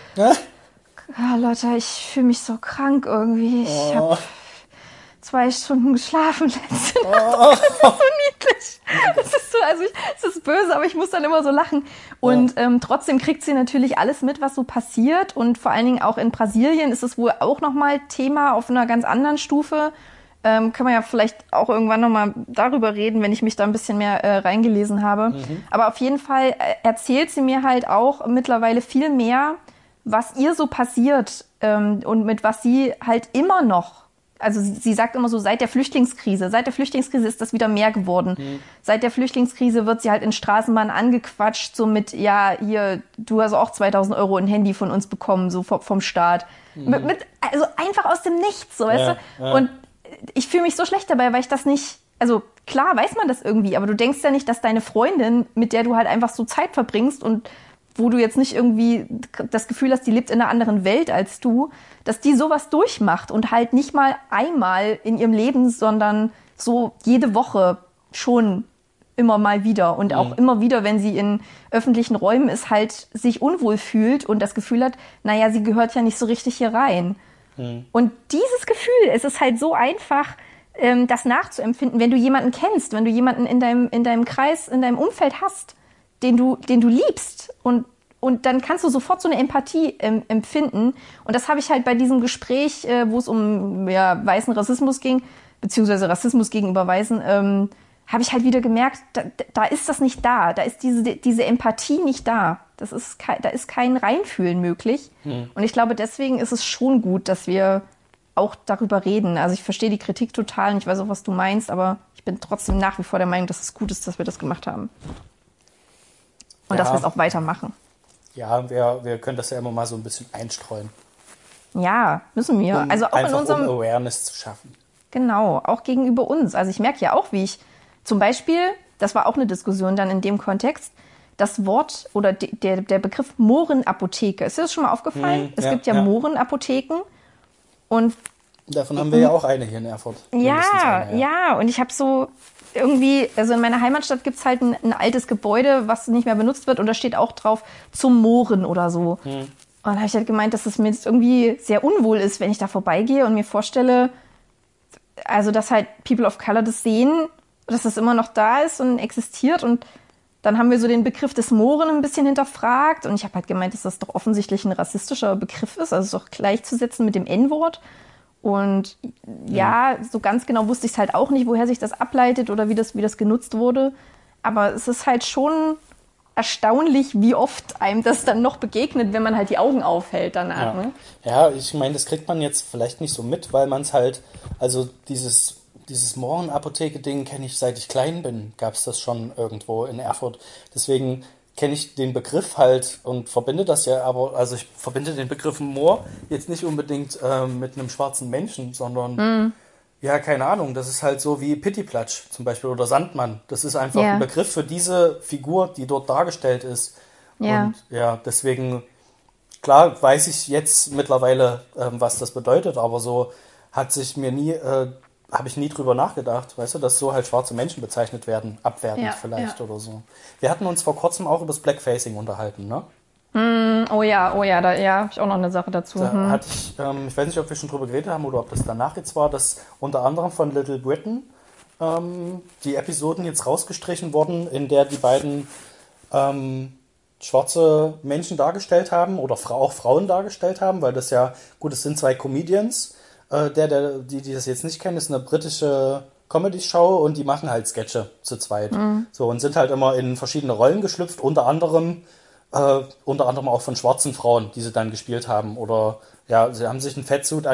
Leute, ich fühle mich so krank irgendwie. Ich habe 2 Stunden geschlafen letzte Nacht. Das ist so niedlich. Das ist so, es ist böse, aber ich muss dann immer so lachen. Und trotzdem kriegt sie natürlich alles mit, was so passiert. Und vor allen Dingen auch in Brasilien ist es wohl auch nochmal Thema auf einer ganz anderen Stufe. Können wir ja vielleicht auch irgendwann nochmal darüber reden, wenn ich mich da ein bisschen mehr reingelesen habe. Aber auf jeden Fall erzählt sie mir halt auch mittlerweile viel mehr, was ihr so passiert und mit was sie halt immer noch, also sie sagt immer so, seit der Flüchtlingskrise ist das wieder mehr geworden. Seit der Flüchtlingskrise wird sie halt in Straßenbahnen angequatscht, so mit, ja, hier, du hast auch 2.000 € ein Handy von uns bekommen, so vom Staat. Also einfach aus dem Nichts, so, weißt du? Ja. Und ich fühle mich so schlecht dabei, weil ich das nicht, also klar weiß man das irgendwie, aber du denkst ja nicht, dass deine Freundin, mit der du halt einfach so Zeit verbringst und wo du jetzt nicht irgendwie das Gefühl hast, die lebt in einer anderen Welt als du, dass die sowas durchmacht und halt nicht mal einmal in ihrem Leben, sondern so jede Woche schon immer mal wieder und auch immer wieder, wenn sie in öffentlichen Räumen ist, halt sich unwohl fühlt und das Gefühl hat, naja, sie gehört ja nicht so richtig hier rein. Und dieses Gefühl, es ist halt so einfach, das nachzuempfinden, wenn du jemanden kennst, wenn du jemanden in deinem Kreis, in deinem Umfeld hast, den du liebst und dann kannst du sofort so eine Empathie empfinden. Und das habe ich halt bei diesem Gespräch, wo es um weißen Rassismus ging, beziehungsweise Rassismus gegenüber Weißen, habe ich halt wieder gemerkt, da ist das nicht da. Da ist diese Empathie nicht da. Da ist kein Reinfühlen möglich. Und ich glaube, deswegen ist es schon gut, dass wir auch darüber reden. Also ich verstehe die Kritik total und ich weiß auch, was du meinst, aber ich bin trotzdem nach wie vor der Meinung, dass es gut ist, dass wir das gemacht haben. Und dass wir es auch weitermachen. Ja, wir können das ja immer mal so ein bisschen einstreuen. Ja, müssen wir. Also auch in unserem, um Awareness zu schaffen. Genau, auch gegenüber uns. Also ich merke ja auch, wie Zum Beispiel, das war auch eine Diskussion dann in dem Kontext, das Wort oder der Begriff Mohrenapotheke. Ist dir das schon mal aufgefallen? Es gibt ja Mohrenapotheken und davon haben wir ja auch eine hier in Erfurt. Ja. Und ich habe so irgendwie, also in meiner Heimatstadt gibt's halt ein altes Gebäude, was nicht mehr benutzt wird und da steht auch drauf zum Mohren oder so. Und dann habe ich halt gemeint, dass es mir jetzt irgendwie sehr unwohl ist, wenn ich da vorbeigehe und mir vorstelle, also dass halt People of Color das sehen, dass das immer noch da ist und existiert. Und dann haben wir so den Begriff des Mohren ein bisschen hinterfragt und ich habe halt gemeint, dass das doch offensichtlich ein rassistischer Begriff ist, also es ist doch gleichzusetzen mit dem N-Wort. Und ja, so ganz genau wusste ich es halt auch nicht, woher sich das ableitet oder wie das genutzt wurde. Aber es ist halt schon erstaunlich, wie oft einem das dann noch begegnet, wenn man halt die Augen aufhält danach. Ja, ne? ja, ich meine, das kriegt man jetzt vielleicht nicht so mit, weil man es halt, also dieses Mohrenapotheke-Ding kenne ich seit ich klein bin, gab es das schon irgendwo in Erfurt. Deswegen kenne ich den Begriff halt und verbinde das ja, aber also ich verbinde den Begriff Moor jetzt nicht unbedingt mit einem schwarzen Menschen, sondern ja, keine Ahnung, das ist halt so wie Pittiplatsch zum Beispiel oder Sandmann. Das ist einfach ein Begriff für diese Figur, die dort dargestellt ist. Ja. Und ja, deswegen, klar, weiß ich jetzt mittlerweile, was das bedeutet, aber so hat sich mir nie, habe ich nie drüber nachgedacht, weißt du, dass so halt schwarze Menschen bezeichnet werden, abwertend vielleicht oder so. Wir hatten uns vor kurzem auch über das Blackfacing unterhalten, ne? Oh ja, da habe ich auch noch eine Sache dazu. Da hatte ich weiß nicht, ob wir schon drüber geredet haben oder ob das danach jetzt war, dass unter anderem von Little Britain die Episoden jetzt rausgestrichen wurden, in der die beiden schwarze Menschen dargestellt haben oder auch Frauen dargestellt haben, weil das ja, gut, es sind zwei Comedians. Die das jetzt nicht kennen, ist eine britische Comedy-Show und die machen halt Sketche zu zweit. So, und sind halt immer in verschiedene Rollen geschlüpft, unter anderem auch von schwarzen Frauen, die sie dann gespielt haben. Oder ja, sie haben sich einen Fettsuit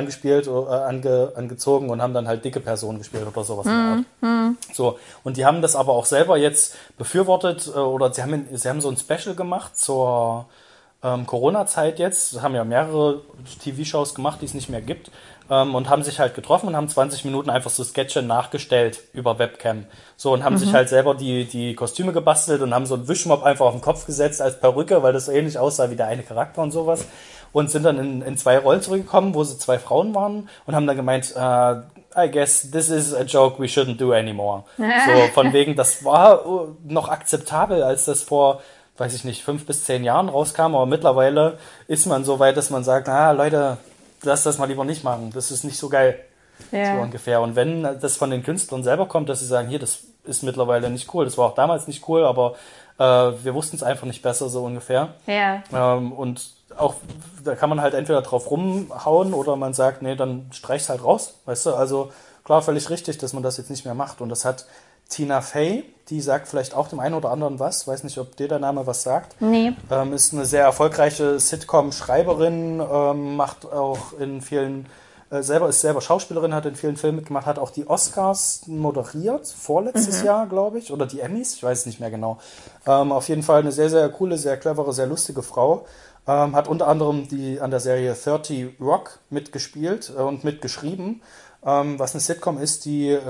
angezogen und haben dann halt dicke Personen gespielt oder sowas in der Art. So, und die haben das aber auch selber jetzt befürwortet oder sie haben so ein Special gemacht zur Corona-Zeit jetzt, haben ja mehrere TV-Shows gemacht, die es nicht mehr gibt, und haben sich halt getroffen und haben 20 Minuten einfach so Sketche nachgestellt über Webcam. So, und haben sich halt selber die Kostüme gebastelt und haben so einen Wischmopp einfach auf den Kopf gesetzt als Perücke, weil das so ähnlich aussah wie der eine Charakter und sowas. Und sind dann in zwei Rollen zurückgekommen, wo sie zwei Frauen waren und haben dann gemeint, I guess this is a joke we shouldn't do anymore. So, von wegen, das war noch akzeptabel, als das vor, weiß ich nicht, 5 bis 10 Jahren rauskam, aber mittlerweile ist man so weit, dass man sagt, Leute, lass das mal lieber nicht machen, das ist nicht so geil, so ungefähr. Und wenn das von den Künstlern selber kommt, dass sie sagen, hier, das ist mittlerweile nicht cool, das war auch damals nicht cool, aber wir wussten es einfach nicht besser, so ungefähr. Ja. Und auch, da kann man halt entweder drauf rumhauen oder man sagt, nee, dann streich's halt raus, weißt du, also klar, völlig richtig, dass man das jetzt nicht mehr macht. Und das hat Tina Fey, die sagt vielleicht auch dem einen oder anderen was, weiß nicht, ob dir der Name was sagt. Nee. Ist eine sehr erfolgreiche Sitcom-Schreiberin, macht auch in vielen, ist selber Schauspielerin, hat in vielen Filmen mitgemacht, hat auch die Oscars moderiert, vorletztes Jahr, glaube ich, oder die Emmys, ich weiß es nicht mehr genau. Auf jeden Fall eine sehr, sehr coole, sehr clevere, sehr lustige Frau. Hat unter anderem an der Serie 30 Rock mitgespielt und mitgeschrieben, was eine Sitcom ist, die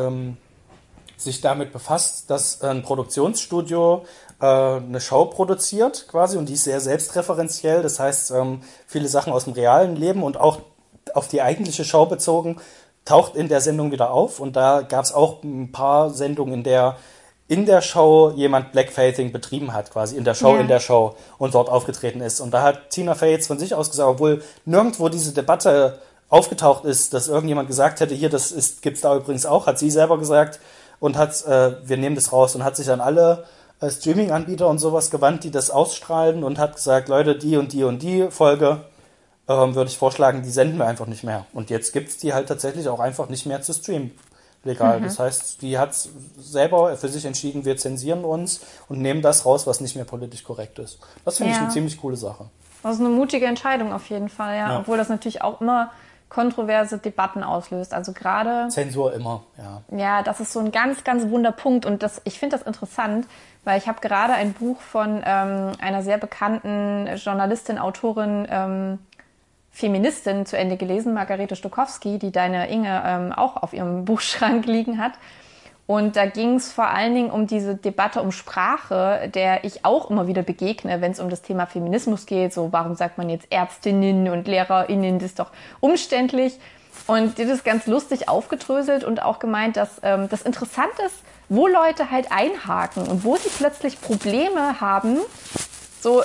sich damit befasst, dass ein Produktionsstudio eine Show produziert quasi und die ist sehr selbstreferenziell. Das heißt, viele Sachen aus dem realen Leben und auch auf die eigentliche Show bezogen, taucht in der Sendung wieder auf. Und da gab es auch ein paar Sendungen, in der Show jemand Blackfacing betrieben hat, quasi in der Show und dort aufgetreten ist. Und da hat Tina Fey jetzt von sich aus gesagt, obwohl nirgendwo diese Debatte aufgetaucht ist, dass irgendjemand gesagt hätte, hier, gibt's da übrigens auch, hat sie selber gesagt und wir nehmen das raus und hat sich an alle Streaming-Anbieter und sowas gewandt, die das ausstrahlen und hat gesagt, Leute, die und die und die Folge würde ich vorschlagen, die senden wir einfach nicht mehr. Und jetzt gibt's die halt tatsächlich auch einfach nicht mehr zu streamen. Legal. Das heißt, die hat selber für sich entschieden, wir zensieren uns und nehmen das raus, was nicht mehr politisch korrekt ist. Das finde ich eine ziemlich coole Sache. Das ist eine mutige Entscheidung auf jeden Fall, ja. Obwohl das natürlich auch immer kontroverse Debatten auslöst. Also gerade... Zensur immer, ja. Ja, das ist so ein ganz, ganz wunder Punkt und ich finde das interessant, weil ich habe gerade ein Buch von einer sehr bekannten Journalistin, Autorin, Feministin zu Ende gelesen, Margarete Stokowski, die deine Inge auch auf ihrem Buchschrank liegen hat. Und da ging es vor allen Dingen um diese Debatte um Sprache, der ich auch immer wieder begegne, wenn es um das Thema Feminismus geht. So, warum sagt man jetzt Ärztinnen und LehrerInnen? Das ist doch umständlich. Und die das ganz lustig aufgedröselt und auch gemeint, dass das interessant ist, wo Leute halt einhaken und wo sie plötzlich Probleme haben. So,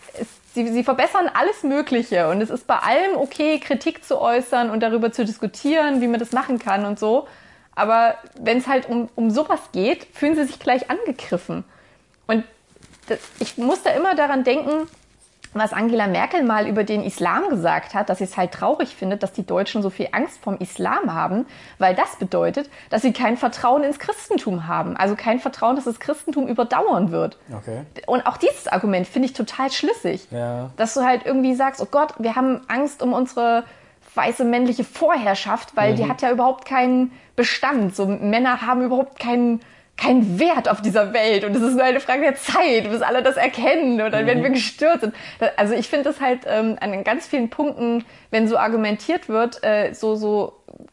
sie verbessern alles Mögliche und es ist bei allem okay, Kritik zu äußern und darüber zu diskutieren, wie man das machen kann und so. Aber wenn es halt um sowas geht, fühlen sie sich gleich angegriffen. Und ich muss da immer daran denken, was Angela Merkel mal über den Islam gesagt hat, dass sie es halt traurig findet, dass die Deutschen so viel Angst vom Islam haben, weil das bedeutet, dass sie kein Vertrauen ins Christentum haben. Also kein Vertrauen, dass das Christentum überdauern wird. Okay. Und auch dieses Argument finde ich total schlüssig. Ja. Dass du halt irgendwie sagst, oh Gott, wir haben Angst um unsere weiße männliche Vorherrschaft, weil die hat ja überhaupt keinen Bestand. So Männer haben überhaupt keinen Wert auf dieser Welt und es ist nur eine Frage der Zeit, bis alle das erkennen und dann werden wir gestürzt. Also ich finde das halt an ganz vielen Punkten, wenn so argumentiert wird, so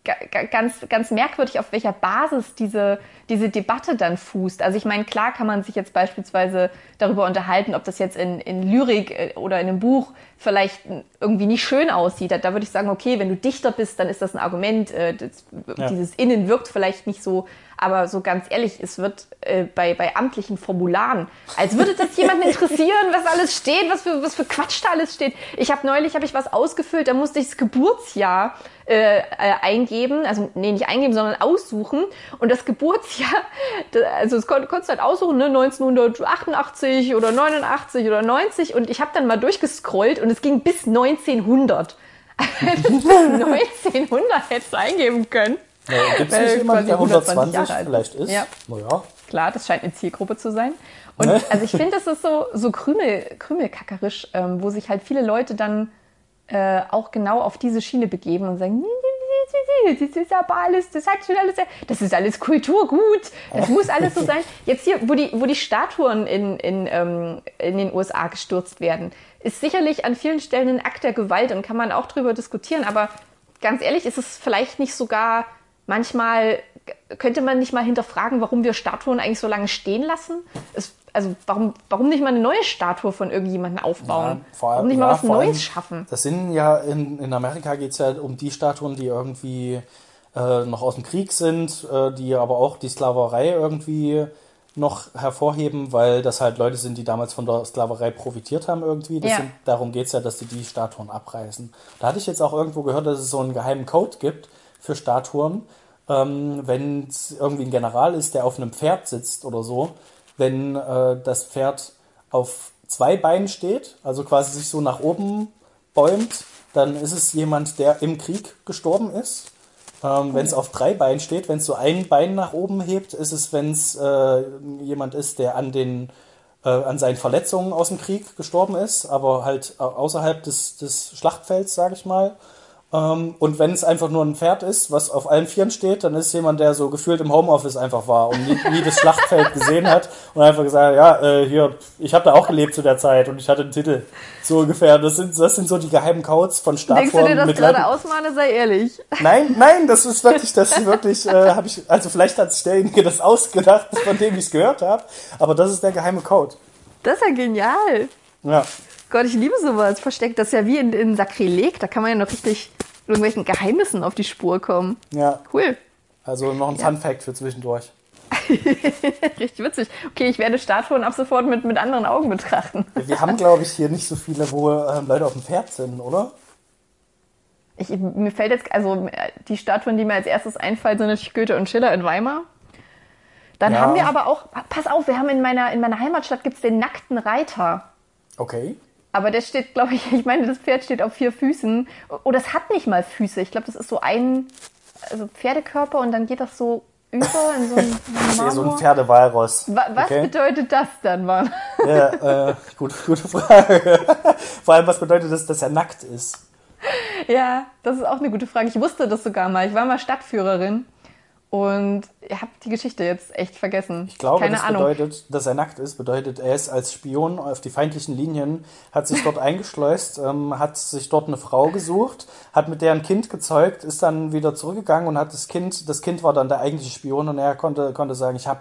ganz merkwürdig, auf welcher Basis diese Debatte dann fußt. Also ich meine, klar kann man sich jetzt beispielsweise darüber unterhalten, ob das jetzt in Lyrik oder in einem Buch vielleicht irgendwie nicht schön aussieht. Da würde ich sagen, okay, wenn du Dichter bist, dann ist das ein Argument. Dieses Innen wirkt vielleicht nicht so, aber so ganz ehrlich, es wird bei amtlichen Formularen, als würde das jemanden interessieren, was alles steht, was für Quatsch da alles steht. Neulich habe ich was ausgefüllt, da musste ich das Geburtsjahr eingeben, also nicht eingeben, sondern aussuchen. Und das Geburtsjahr, also das konntest du halt aussuchen, ne, 1988 oder 89 oder 90. Und ich habe dann mal durchgescrollt und es ging bis 1900. Bis 1900 hättest du eingeben können. Ja, gibt es nicht jemanden, der 120 vielleicht ist? Ja. Naja. Klar, das scheint eine Zielgruppe zu sein. Und also ich finde, das ist so krümelkackerisch, wo sich halt viele Leute dann auch genau auf diese Schiene begeben und sagen, das ist aber alles, das ist alles Kulturgut, das muss alles so sein. Jetzt hier, wo die Statuen in den USA gestürzt werden, ist sicherlich an vielen Stellen ein Akt der Gewalt und kann man auch drüber diskutieren, aber ganz ehrlich, ist es vielleicht nicht sogar manchmal, könnte man nicht mal hinterfragen, warum wir Statuen eigentlich so lange stehen lassen? Also warum nicht mal eine neue Statue von irgendjemandem aufbauen? Ja, warum nicht mal was Neues schaffen? Das sind ja, in Amerika geht es ja um die Statuen, die irgendwie noch aus dem Krieg sind, die aber auch die Sklaverei irgendwie noch hervorheben, weil das halt Leute sind, die damals von der Sklaverei profitiert haben irgendwie. Darum geht es ja, dass die Statuen abreißen. Da hatte ich jetzt auch irgendwo gehört, dass es so einen geheimen Code gibt für Statuen, wenn es irgendwie ein General ist, der auf einem Pferd sitzt oder so, wenn das Pferd auf 2 Beinen steht, also quasi sich so nach oben bäumt, dann ist es jemand, der im Krieg gestorben ist. Wenn es auf 3 Beinen steht, wenn es so ein Bein nach oben hebt, ist es, wenn es jemand ist, der an seinen Verletzungen aus dem Krieg gestorben ist, aber halt außerhalb des Schlachtfelds, sage ich mal. Und wenn es einfach nur ein Pferd ist, was auf allen Vieren steht, dann ist es jemand, der so gefühlt im Homeoffice einfach war und nie das Schlachtfeld gesehen hat und einfach gesagt, hier, ich habe da auch gelebt zu der Zeit und ich hatte einen Titel. So ungefähr. Das sind so die geheimen Codes von Statuen. Denkst du dir das gerade aus, Mane? Sei ehrlich. Nein, das ist wirklich, also vielleicht hat sich derjenige das ausgedacht, von dem ich es gehört habe, aber das ist der geheime Code. Das ist ja genial. Ja. Gott, ich liebe sowas. Versteckt das ja wie in Sakrileg. Da kann man ja noch richtig irgendwelchen Geheimnissen auf die Spur kommen. Ja. Cool. Also noch ein Fun-Fact für zwischendurch. Richtig witzig. Okay, ich werde Statuen ab sofort mit anderen Augen betrachten. Wir haben, glaube ich, hier nicht so viele, wo Leute auf dem Pferd sind, oder? Mir fällt jetzt, also die Statuen, die mir als erstes einfallen, sind natürlich Goethe und Schiller in Weimar. Dann haben wir aber auch, pass auf, wir haben in meiner Heimatstadt gibt's den nackten Reiter. Okay. Aber der steht, glaube ich meine, das Pferd steht auf 4 Füßen. Oder es hat nicht mal Füße. Ich glaube, das ist so ein Pferdekörper und dann geht das so über in so ein Marmor. So ein Pferdewalross. Was bedeutet das dann, Mann? Ja, gute Frage. Vor allem, was bedeutet das, dass er nackt ist? Ja, das ist auch eine gute Frage. Ich wusste das sogar mal. Ich war mal Stadtführerin. Und ich habe die Geschichte jetzt echt vergessen. Ich glaube, Keine das Ahnung. bedeutet, dass er nackt ist, bedeutet, er ist als Spion auf die feindlichen Linien, hat sich dort eingeschleust, hat sich dort eine Frau gesucht, hat mit der ein Kind gezeugt, ist dann wieder zurückgegangen und hat das Kind war dann der eigentliche Spion und er konnte sagen, ich habe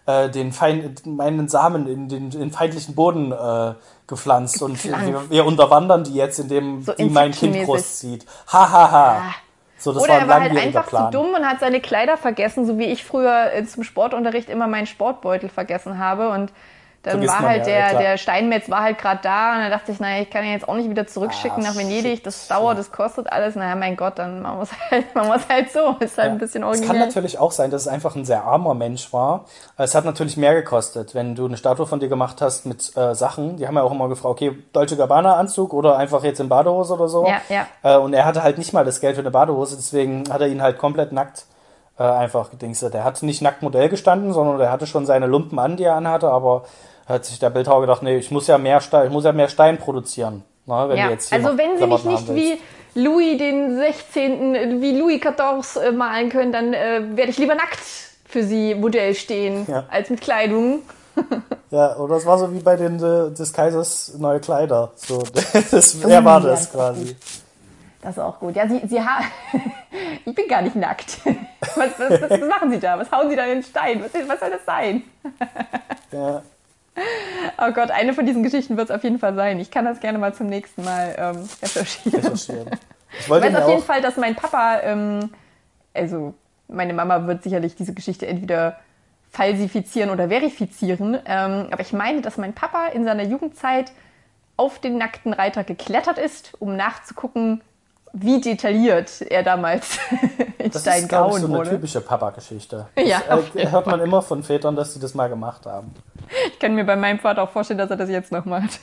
meinen Samen in den feindlichen Boden gepflanzt und wir unterwandern die jetzt, indem So die mein Kind Inception-mäßig. großzieht. Ha, ha, ha. So, das Oder war ein er war halt langwieriger einfach Plan. zu dumm und hat seine Kleider vergessen, so wie ich früher zum Sportunterricht immer meinen Sportbeutel vergessen habe. Und dann Vergisst war man halt ja, klar. der Steinmetz war halt gerade da und dann dachte ich, naja, ich kann ihn jetzt auch nicht wieder zurückschicken nach Venedig, das dauert, das kostet alles. Naja, mein Gott, dann machen wir es halt so. Ist halt ein bisschen Es originell. kann natürlich auch sein, dass es einfach ein sehr armer Mensch war. Es hat natürlich mehr gekostet, wenn du eine Statue von dir gemacht hast mit Sachen. Die haben ja auch immer gefragt, okay, Dolce Gabbana Anzug oder einfach jetzt in Badehose oder so. Ja. Und er hatte halt nicht mal das Geld für eine Badehose, deswegen hat er ihn halt komplett nackt einfach gedingset. Der hat nicht nackt Modell gestanden, sondern der hatte schon seine Lumpen an, die er anhatte, aber hat sich der Bildhauer gedacht, nee, ich muss ja mehr Stein produzieren. Na, wenn du jetzt hier also noch wenn sie mich Klamotten nicht haben willst. wie Louis den 16., wie Louis XIV malen können, dann werde ich lieber nackt für sie Modell stehen, als mit Kleidung. Ja, oder es war so wie bei des Kaisers neue Kleider. So, er war das quasi. Das ist auch gut. Ja, ich bin gar nicht nackt. Was machen Sie da? Was hauen Sie da in den Stein? Was soll das sein? Ja. Oh Gott, eine von diesen Geschichten wird es auf jeden Fall sein. Ich kann das gerne mal zum nächsten Mal recherchieren. Ich weiß auf jeden Fall, dass mein Papa, also meine Mama wird sicherlich diese Geschichte entweder falsifizieren oder verifizieren, aber ich meine, dass mein Papa in seiner Jugendzeit auf den nackten Reiter geklettert ist, um nachzugucken, wie detailliert er damals in Stein gehauen wurde. Das ist, so eine typische Papa-Geschichte. Ja, Das hört man immer von Vätern, dass sie das mal gemacht haben. Ich kann mir bei meinem Vater auch vorstellen, dass er das jetzt noch macht.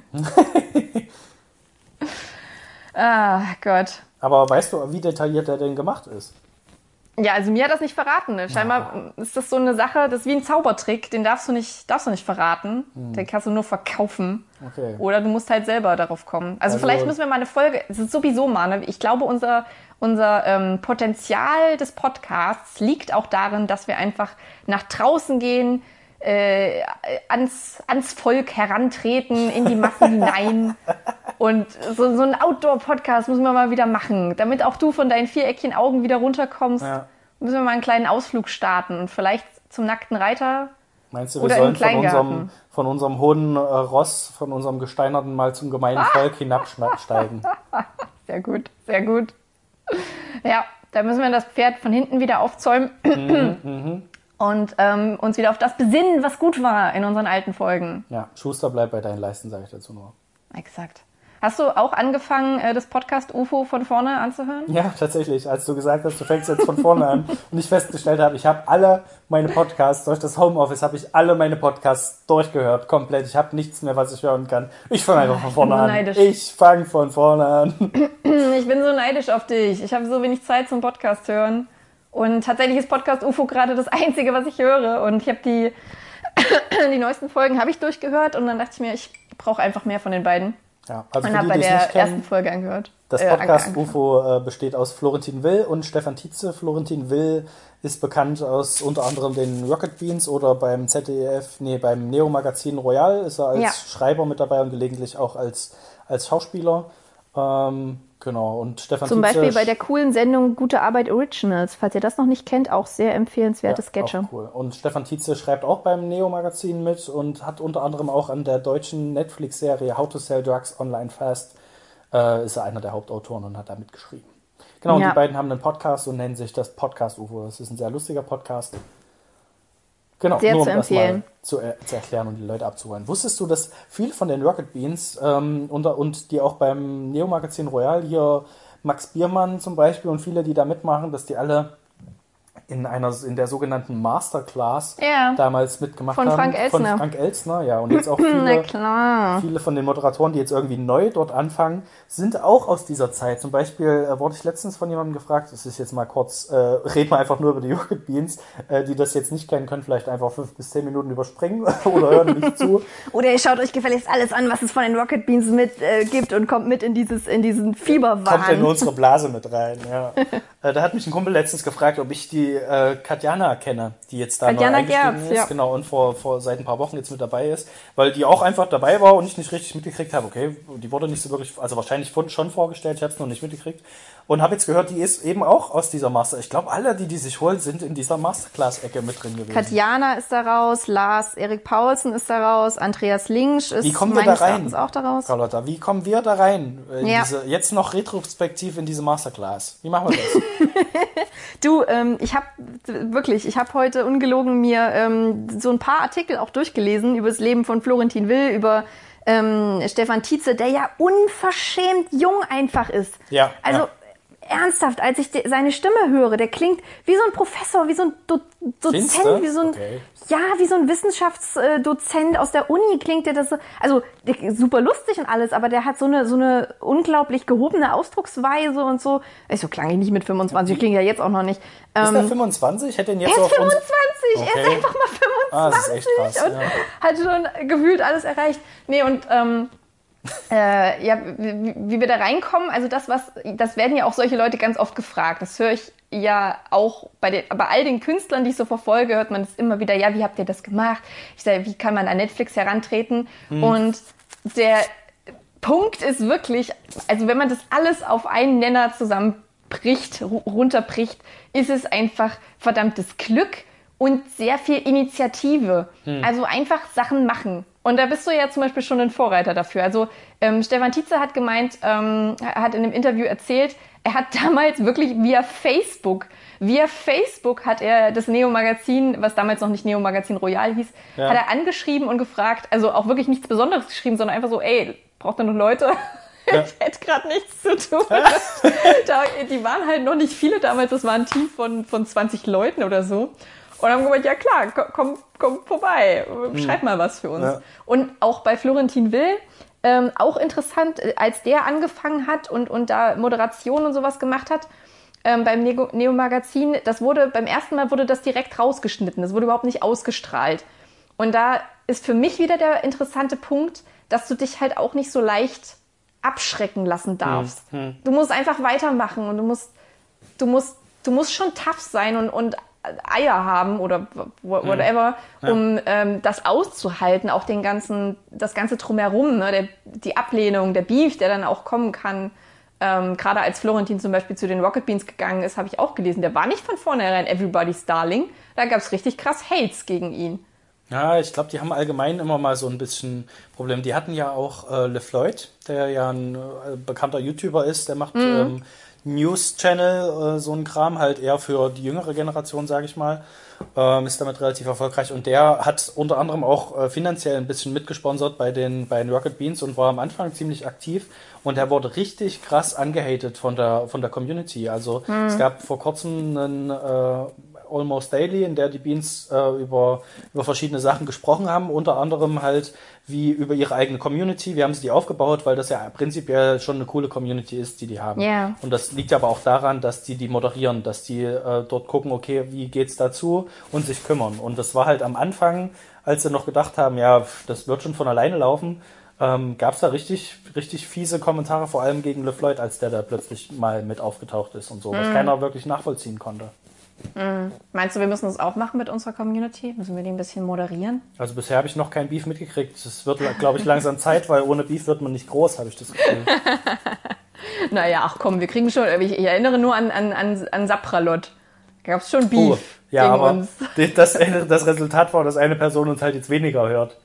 Ah, Gott. Aber weißt du, wie detailliert er denn gemacht ist? Ja, also mir hat das nicht verraten. Ne? Scheinbar ist das so eine Sache, das ist wie ein Zaubertrick, den darfst du nicht verraten. Den kannst du nur verkaufen. Okay. Oder du musst halt selber darauf kommen. Also vielleicht müssen wir mal eine Folge, es ist sowieso mal, ne? Ich glaube, unser Potenzial des Podcasts liegt auch darin, dass wir einfach nach draußen gehen, ans Volk herantreten, in die Massen hinein. Und so ein Outdoor-Podcast müssen wir mal wieder machen, damit auch du von deinen 4-Eckchen Augen wieder runterkommst. Ja. Müssen wir mal einen kleinen Ausflug starten und vielleicht zum nackten Reiter. Meinst du, wir sollen von unserem hohen Ross, von unserem Gesteinerten mal zum gemeinen Volk hinabsteigen? Sehr gut, sehr gut. Ja, da müssen wir das Pferd von hinten wieder aufzäumen. Und uns wieder auf das besinnen, was gut war in unseren alten Folgen. Ja, Schuster, bleib bei deinen Leisten, sage ich dazu nur. Exakt. Hast du auch angefangen, das Podcast UFO von vorne anzuhören? Ja, tatsächlich. Als du gesagt hast, du fängst jetzt von vorne an und ich festgestellt habe, ich habe alle meine Podcasts, durch das Homeoffice habe ich alle meine Podcasts durchgehört, komplett. Ich habe nichts mehr, was ich hören kann. Ich fange einfach von vorne an. Neidisch. Ich fange von vorne an. Ich bin so neidisch auf dich. Ich habe so wenig Zeit zum Podcast hören. Und tatsächlich ist Podcast UFO gerade das Einzige, was ich höre. Und ich habe die neuesten Folgen habe ich durchgehört und dann dachte ich mir, ich brauche einfach mehr von den beiden. Ja, also und habe bei der ersten Folge angehört. Das Podcast UFO besteht aus Florentin Will und Stefan Tietze. Florentin Will ist bekannt aus unter anderem den Rocket Beans oder beim beim Neo Magazin Royal ist er als Schreiber mit dabei und gelegentlich auch als Schauspieler. Genau, und Stefan Zum Tietze Beispiel bei der coolen Sendung Gute Arbeit Originals, falls ihr das noch nicht kennt, auch sehr empfehlenswerte Sketche. Auch cool. Und Stefan Tietze schreibt auch beim Neo-Magazin mit und hat unter anderem auch an der deutschen Netflix-Serie How to Sell Drugs Online Fast ist er einer der Hauptautoren und hat da mitgeschrieben. Genau, und die beiden haben einen Podcast und nennen sich das Podcast UFO. Das ist ein sehr lustiger Podcast. Genau, sehr nur zu um empfehlen. Das mal zu erklären und die Leute abzuholen. Wusstest du, dass viele von den Rocket Beans und die auch beim Neo-Magazin Royal, hier Max Biermann zum Beispiel und viele, die da mitmachen, dass die alle in der sogenannten Masterclass damals mitgemacht haben. Von Frank Elstner. Von Frank Elstner, ja. Und jetzt auch viele von den Moderatoren, die jetzt irgendwie neu dort anfangen, sind auch aus dieser Zeit. Zum Beispiel wurde ich letztens von jemandem gefragt, das ist jetzt mal kurz, reden wir einfach nur über die Rocket Beans, die das jetzt nicht kennen, können vielleicht einfach 5 bis 10 Minuten überspringen oder hören nicht zu. Oder ihr schaut euch gefälligst alles an, was es von den Rocket Beans gibt und kommt mit in diesen Fieberwahn. Kommt in unsere Blase mit rein, ja. Da hat mich ein Kumpel letztens gefragt, ob ich die Katjana kenne, die jetzt da Katjana neu eingestiegen Gerz, ist, ja. genau, und seit ein paar Wochen jetzt mit dabei ist, weil die auch einfach dabei war und ich nicht richtig mitgekriegt habe, okay, die wurde nicht so wirklich, also wahrscheinlich schon vorgestellt, ich habe es noch nicht mitgekriegt und habe jetzt gehört, die ist eben auch aus dieser Master, ich glaube, alle, die sich holen, sind in dieser Masterclass-Ecke mit drin gewesen. Katjana ist da raus, Lars Erik Paulsen ist da raus, Andreas Linsch ist Wie kommen wir da rein, auch da raus. Carlotta, wie kommen wir da rein, Ja. jetzt noch retrospektiv in diese Masterclass? Wie machen wir das? Du, ich habe heute ungelogen mir so ein paar Artikel auch durchgelesen über das Leben von Florentin Will, über Stefan Tietze, der ja unverschämt jung einfach ist. Ja. Also ja. Ernsthaft, als ich seine Stimme höre, der klingt wie so ein Professor, wie so ein Dozent, wie so ein, okay. Ja, wie so ein Wissenschaftsdozent aus der Uni klingt der das so, also super lustig und alles, aber der hat so eine unglaublich gehobene Ausdrucksweise und so. So klang ich nicht mit 25, klingt ja jetzt auch noch nicht. Ist der 25? Ich hätte ihn jetzt er so ist 25, Okay. er ist einfach mal 25 das ist echt krass, und hat schon gefühlt alles erreicht. Nee, und wie wir da reinkommen, also das werden ja auch solche Leute ganz oft gefragt. Das höre ich ja auch bei all den Künstlern, die ich so verfolge, hört man das immer wieder, ja, wie habt ihr das gemacht? Ich sage, wie kann man an Netflix herantreten? Und der Punkt ist wirklich, also wenn man das alles auf einen Nenner runterbricht, ist es einfach verdammtes Glück und sehr viel Initiative. Also einfach Sachen machen. Und da bist du ja zum Beispiel schon ein Vorreiter dafür. Also Stefan Tietze hat gemeint, hat in einem Interview erzählt, er hat damals wirklich via Facebook hat er das Neo-Magazin, was damals noch nicht Neo-Magazin Royal hieß, hat er angeschrieben und gefragt, also auch wirklich nichts Besonderes geschrieben, sondern einfach so, ey, braucht ihr noch Leute? Ja. Ich hätte gerade nichts zu tun. Die waren halt noch nicht viele damals, das war ein Team von 20 Leuten oder so. Und haben gesagt, ja klar, komm vorbei, schreib mal was für uns. Ja. Und auch bei Florentin Will, auch interessant, als der angefangen hat und da Moderation und sowas gemacht hat, beim Neo-Magazin, beim ersten Mal wurde das direkt rausgeschnitten, das wurde überhaupt nicht ausgestrahlt. Und da ist für mich wieder der interessante Punkt, dass du dich halt auch nicht so leicht abschrecken lassen darfst. Du musst einfach weitermachen und du musst schon tough sein und Eier haben oder whatever, um das auszuhalten, auch das ganze Drumherum, ne? Die Ablehnung, der Beef, der dann auch kommen kann. Gerade als Florentin zum Beispiel zu den Rocket Beans gegangen ist, habe ich auch gelesen, der war nicht von vornherein Everybody's Darling. Da gab es richtig krass Hates gegen ihn. Ja, ich glaube, die haben allgemein immer mal so ein bisschen Problem. Die hatten ja auch LeFloid, der ja ein bekannter YouTuber ist, der macht News-Channel, so ein Kram, halt eher für die jüngere Generation, sage ich mal, ist damit relativ erfolgreich und der hat unter anderem auch finanziell ein bisschen mitgesponsert bei den Rocket Beans und war am Anfang ziemlich aktiv und er wurde richtig krass angehatet von der Community. Also es gab vor kurzem einen Almost Daily, in der die Beans über verschiedene Sachen gesprochen haben, unter anderem halt wie über ihre eigene Community. Wie haben sie die aufgebaut, weil das ja prinzipiell schon eine coole Community ist, die haben. Yeah. Und das liegt aber auch daran, dass die moderieren, dass die dort gucken, okay, wie geht's dazu und sich kümmern. Und das war halt am Anfang, als sie noch gedacht haben, ja, das wird schon von alleine laufen, gab's da richtig, richtig fiese Kommentare, vor allem gegen LeFloid, als der da plötzlich mal mit aufgetaucht ist und so, was keiner wirklich nachvollziehen konnte. Meinst du, wir müssen das auch machen mit unserer Community? Müssen wir die ein bisschen moderieren? Also bisher habe ich noch kein Beef mitgekriegt. Es wird, glaube ich, langsam Zeit, weil ohne Beef wird man nicht groß, habe ich das Gefühl. Naja, ach komm, wir kriegen schon, ich erinnere nur an Sapralot. Da gab es schon Beef ja, gegen aber uns. Das Resultat war, dass eine Person uns halt jetzt weniger hört.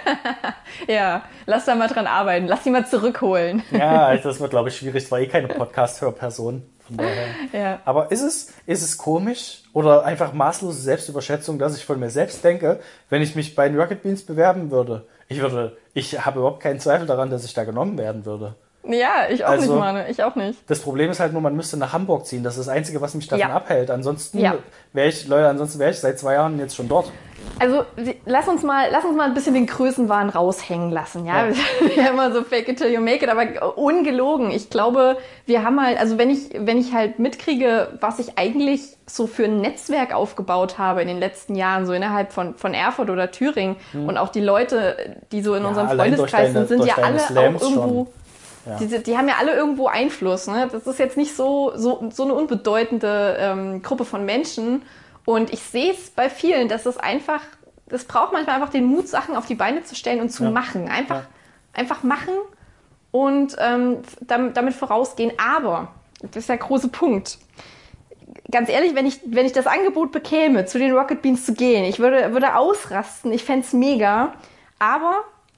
Ja, lass da mal dran arbeiten. Lass sie mal zurückholen. Ja, das wird, glaube ich, schwierig. Es war keine Podcast-Hörperson. Von daher. Ja. Aber ist es komisch oder einfach maßlose Selbstüberschätzung, dass ich von mir selbst denke, wenn ich mich bei den Rocket Beans bewerben würde? Ich habe überhaupt keinen Zweifel daran, dass ich da genommen werden würde. Ja, ich auch nicht, Mane. Ich auch nicht. Das Problem ist halt nur, man müsste nach Hamburg ziehen. Das ist das Einzige, was mich davon abhält. Ansonsten wäre ich seit 2 Jahren jetzt schon dort. Also lass uns mal ein bisschen den Größenwahn raushängen lassen. Ja? Wir haben immer so fake it till you make it, aber ungelogen. Ich glaube, wir haben halt, also wenn ich halt mitkriege, was ich eigentlich so für ein Netzwerk aufgebaut habe in den letzten Jahren, so innerhalb von Erfurt oder Thüringen und auch die Leute, die so in unserem Freundeskreis sind ja alle auch irgendwo... Die haben ja alle irgendwo Einfluss. Ne? Das ist jetzt nicht so eine unbedeutende Gruppe von Menschen. Und ich sehe es bei vielen, dass es braucht manchmal einfach den Mut, Sachen auf die Beine zu stellen und zu machen. Einfach machen und damit vorausgehen. Aber, das ist der große Punkt. Ganz ehrlich, wenn ich das Angebot bekäme, zu den Rocket Beans zu gehen, ich würde ausrasten, ich fände es mega. Aber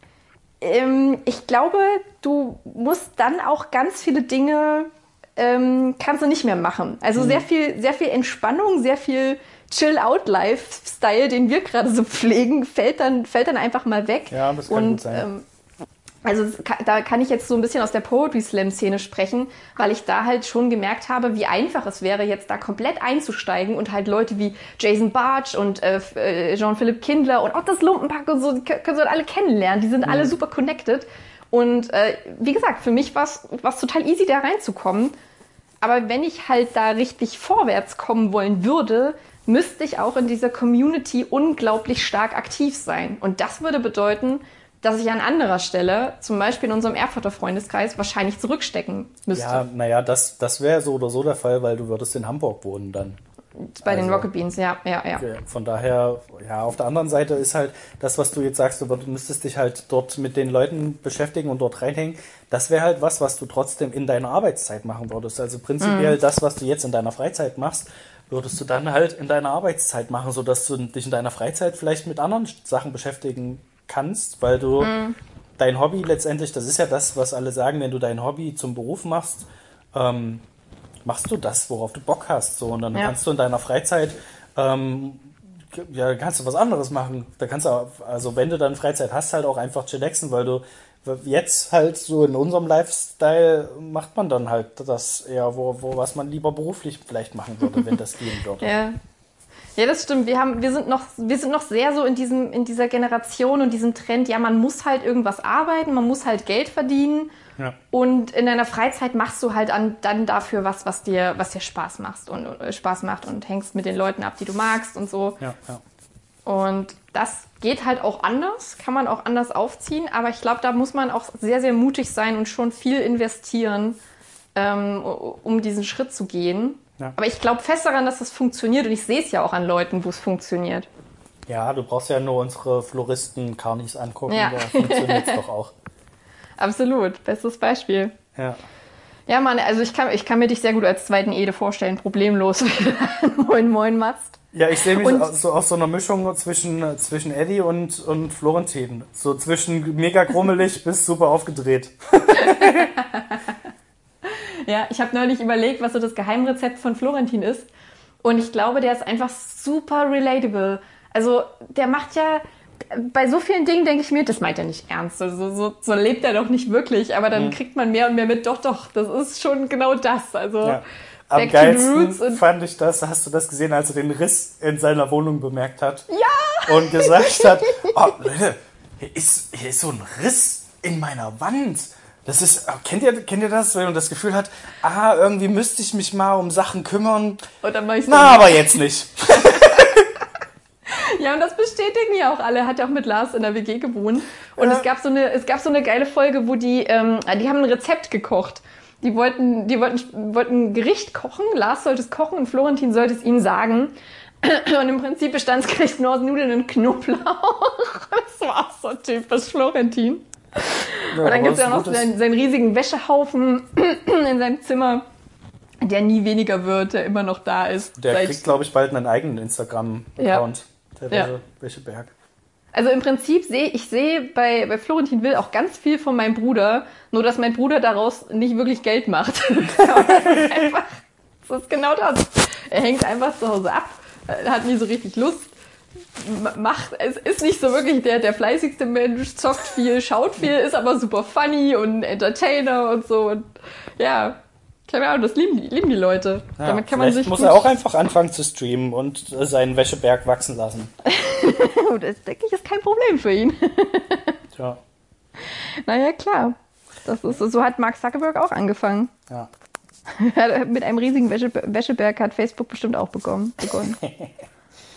ich glaube, du musst dann auch ganz viele Dinge kannst du nicht mehr machen. Also sehr viel Entspannung, sehr viel Chill-Out-Lifestyle, den wir gerade so pflegen, fällt dann einfach mal weg. Ja, das kann gut sein. Also da kann ich jetzt so ein bisschen aus der Poetry-Slam-Szene sprechen, weil ich da halt schon gemerkt habe, wie einfach es wäre, jetzt da komplett einzusteigen und halt Leute wie Jason Bartsch und Jean-Philippe Kindler und auch das Lumpenpack und so, die können sie alle kennenlernen. Die sind alle super connected. Und wie gesagt, für mich war es total easy, da reinzukommen. Aber wenn ich halt da richtig vorwärts kommen wollen würde, müsste ich auch in dieser Community unglaublich stark aktiv sein. Und das würde bedeuten, dass ich an anderer Stelle, zum Beispiel in unserem Erfurter Freundeskreis, wahrscheinlich zurückstecken müsste. Ja, naja, das wäre so oder so der Fall, weil du würdest in Hamburg wohnen dann. Bei den Rocket Beans, ja. Okay. Von daher, ja, auf der anderen Seite ist halt das, was du jetzt sagst, du müsstest dich halt dort mit den Leuten beschäftigen und dort reinhängen. Das wäre halt was du trotzdem in deiner Arbeitszeit machen würdest. Also prinzipiell das, was du jetzt in deiner Freizeit machst, würdest du dann halt in deiner Arbeitszeit machen, sodass du dich in deiner Freizeit vielleicht mit anderen Sachen beschäftigen kannst, weil du dein Hobby letztendlich, das ist ja das, was alle sagen, wenn du dein Hobby zum Beruf machst, machst du das, worauf du Bock hast. So, und dann kannst du in deiner Freizeit, kannst du was anderes machen. Da kannst du, also wenn du dann Freizeit hast, halt auch einfach chillaxen, weil du jetzt halt so in unserem Lifestyle macht man dann halt das eher, was man lieber beruflich vielleicht machen würde, wenn das gehen würde. Ja, das stimmt. Wir sind noch sehr so in dieser Generation und diesem Trend, ja, man muss halt irgendwas arbeiten, man muss halt Geld verdienen. Ja. Und in deiner Freizeit machst du halt dann dafür was dir Spaß macht und hängst mit den Leuten ab, die du magst und so. Ja. Und das geht halt auch anders, kann man auch anders aufziehen, aber ich glaube, da muss man auch sehr, sehr mutig sein und schon viel investieren, um diesen Schritt zu gehen. Ja. Aber ich glaube fest daran, dass das funktioniert und ich sehe es ja auch an Leuten, wo es funktioniert. Ja, du brauchst ja nur unsere Floristen-Karnis angucken, da funktioniert es doch auch. Absolut, bestes Beispiel. Ja. Ja, Mann, also ich kann mir dich sehr gut als zweiten Ede vorstellen, problemlos, Moin machst. Ja, ich sehe mich aus so einer Mischung zwischen Eddie und Florentin. So zwischen mega grummelig bis super aufgedreht. Ja, ich habe neulich überlegt, was so das Geheimrezept von Florentin ist. Und ich glaube, der ist einfach super relatable. Also der macht ja, bei so vielen Dingen denke ich mir, das meint er nicht ernst. So lebt er doch nicht wirklich. Aber dann kriegt man mehr und mehr mit, doch, das ist schon genau das. Also ja. Am geilsten fand ich das, hast du das gesehen, als er den Riss in seiner Wohnung bemerkt hat? Ja! Und gesagt hat, oh Leute, hier ist so ein Riss in meiner Wand. Das ist, kennt ihr das, wenn man das Gefühl hat, irgendwie müsste ich mich mal um Sachen kümmern. Und dann mach ich's aber jetzt nicht. Ja, und das bestätigen ja auch alle. Hat ja auch mit Lars in der WG gewohnt. Und es gab so eine geile Folge, wo die haben ein Rezept gekocht. Die wollten ein Gericht kochen. Lars sollte es kochen und Florentin sollte es ihm sagen. Und im Prinzip bestand das Gericht nur aus Nudeln und Knoblauch. Das war auch so typisch Florentin. Ja, und dann gibt es ja noch seinen riesigen Wäschehaufen in seinem Zimmer, der nie weniger wird, der immer noch da ist. Der kriegt, glaube ich, bald einen eigenen Instagram-Account, der Wäscheberg. Also im Prinzip sehe ich bei Florentin Will auch ganz viel von meinem Bruder, nur dass mein Bruder daraus nicht wirklich Geld macht. Das ist genau das. Er hängt einfach zu Hause ab, hat nie so richtig Lust. Es ist nicht so wirklich der fleißigste Mensch, zockt viel, schaut viel, ist aber super funny und Entertainer und so. Und ja, keine Ahnung, das lieben die Leute. Ja, damit kann man sich muss er auch einfach anfangen zu streamen und seinen Wäscheberg wachsen lassen. Das, denke ich, ist kein Problem für ihn. Tja. Naja, klar. So hat Mark Zuckerberg auch angefangen. Ja. Mit einem riesigen Wäscheberg hat Facebook bestimmt auch begonnen.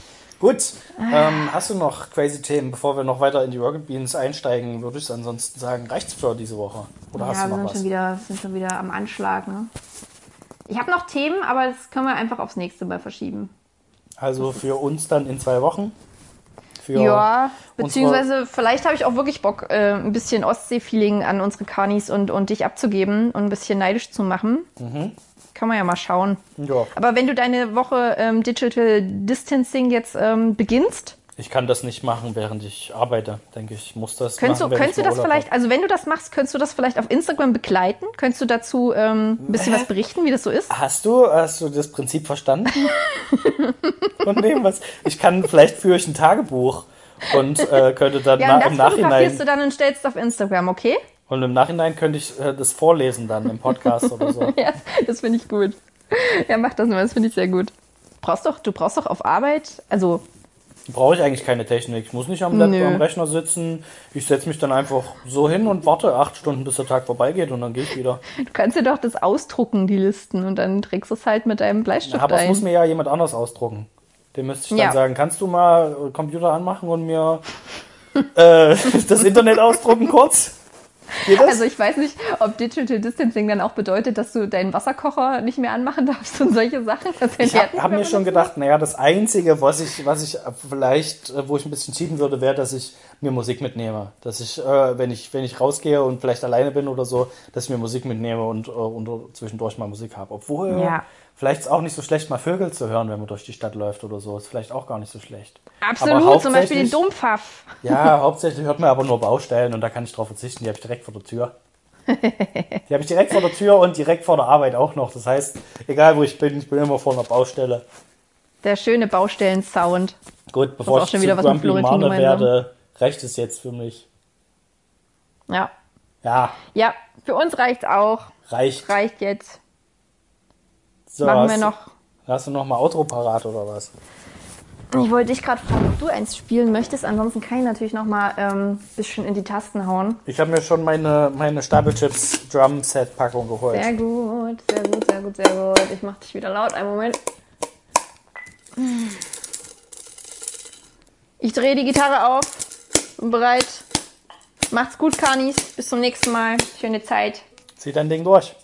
Gut, hast du noch crazy Themen, bevor wir noch weiter in die Rocket Beans einsteigen, würde ich ansonsten sagen, reicht's für diese Woche? Oder hast du noch was? Wir sind schon wieder am Anschlag, ne? Ich habe noch Themen, aber das können wir einfach aufs nächste Mal verschieben. Also für uns dann in 2 Wochen? Ja, beziehungsweise vielleicht habe ich auch wirklich Bock, ein bisschen Ostsee-Feeling an unsere Kanis und dich abzugeben und ein bisschen neidisch zu machen. Kann man ja mal schauen. Ja. Aber wenn du deine Woche Digital Distancing jetzt beginnst... Ich kann das nicht machen, während ich arbeite, denke ich. Muss das Könntest du das vielleicht, also wenn du das machst, könntest du das vielleicht auf Instagram begleiten? Könntest du dazu ein bisschen was berichten, wie das so ist? Hast du das Prinzip verstanden? Von dem, was ich kann, vielleicht führe ich ein Tagebuch und könnte dann im Nachhinein... fotografierst du dann und stellst auf Instagram, okay? Und im Nachhinein könnte ich das vorlesen dann im Podcast oder so. Ja, das finde ich gut. Ja, mach das mal, das finde ich sehr gut. Du brauchst doch auf Arbeit, also... Brauche ich eigentlich keine Technik. Ich muss nicht am Rechner sitzen. Ich setze mich dann einfach so hin und warte 8 Stunden, bis der Tag vorbeigeht und dann gehe ich wieder. Du kannst dir doch das ausdrucken, die Listen, und dann trägst du es halt mit deinem Bleistift aber ein. es muss mir ja jemand anders ausdrucken. Dem müsste ich dann sagen, kannst du mal Computer anmachen und mir das Internet ausdrucken kurz? Also ich weiß nicht, ob Digital Distancing dann auch bedeutet, dass du deinen Wasserkocher nicht mehr anmachen darfst und solche Sachen. Ich habe mir schon gedacht, das Einzige, was ich vielleicht, wo ich ein bisschen cheaten würde, wäre, dass ich mir Musik mitnehme. Dass ich, wenn ich rausgehe und vielleicht alleine bin oder so, dass ich mir Musik mitnehme und zwischendurch mal Musik habe. Obwohl, vielleicht ist es auch nicht so schlecht, mal Vögel zu hören, wenn man durch die Stadt läuft oder so. Ist vielleicht auch gar nicht so schlecht. Absolut, zum Beispiel den Dompfaff. Ja, hauptsächlich hört man aber nur Baustellen und da kann ich drauf verzichten. Die habe ich direkt vor der Tür. Die habe ich direkt vor der Tür und direkt vor der Arbeit auch noch. Das heißt, egal wo ich bin immer vor einer Baustelle. Der schöne Baustellen-Sound. Gut, bevor ich zu Grumpy Marne werde, reicht es jetzt für mich. Ja. Ja. Ja, für uns reicht's auch. Reicht jetzt. So, machen wir noch. Hast du noch mal Outro parat oder was? Ich wollte dich gerade fragen, ob du eins spielen möchtest. Ansonsten kann ich natürlich noch mal ein bisschen in die Tasten hauen. Ich habe mir schon meine Stapelchips Drum Set Packung geholt. Sehr gut, sehr gut, sehr gut, sehr gut. Ich mach dich wieder laut. Einen Moment. Ich drehe die Gitarre auf. Bin bereit. Macht's gut, Kanis. Bis zum nächsten Mal. Schöne Zeit. Zieh dein Ding durch.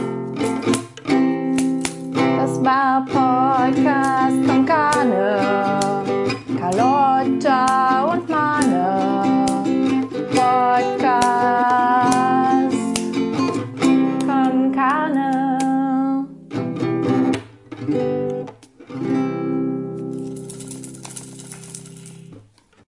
Das war Podcast vom Kane.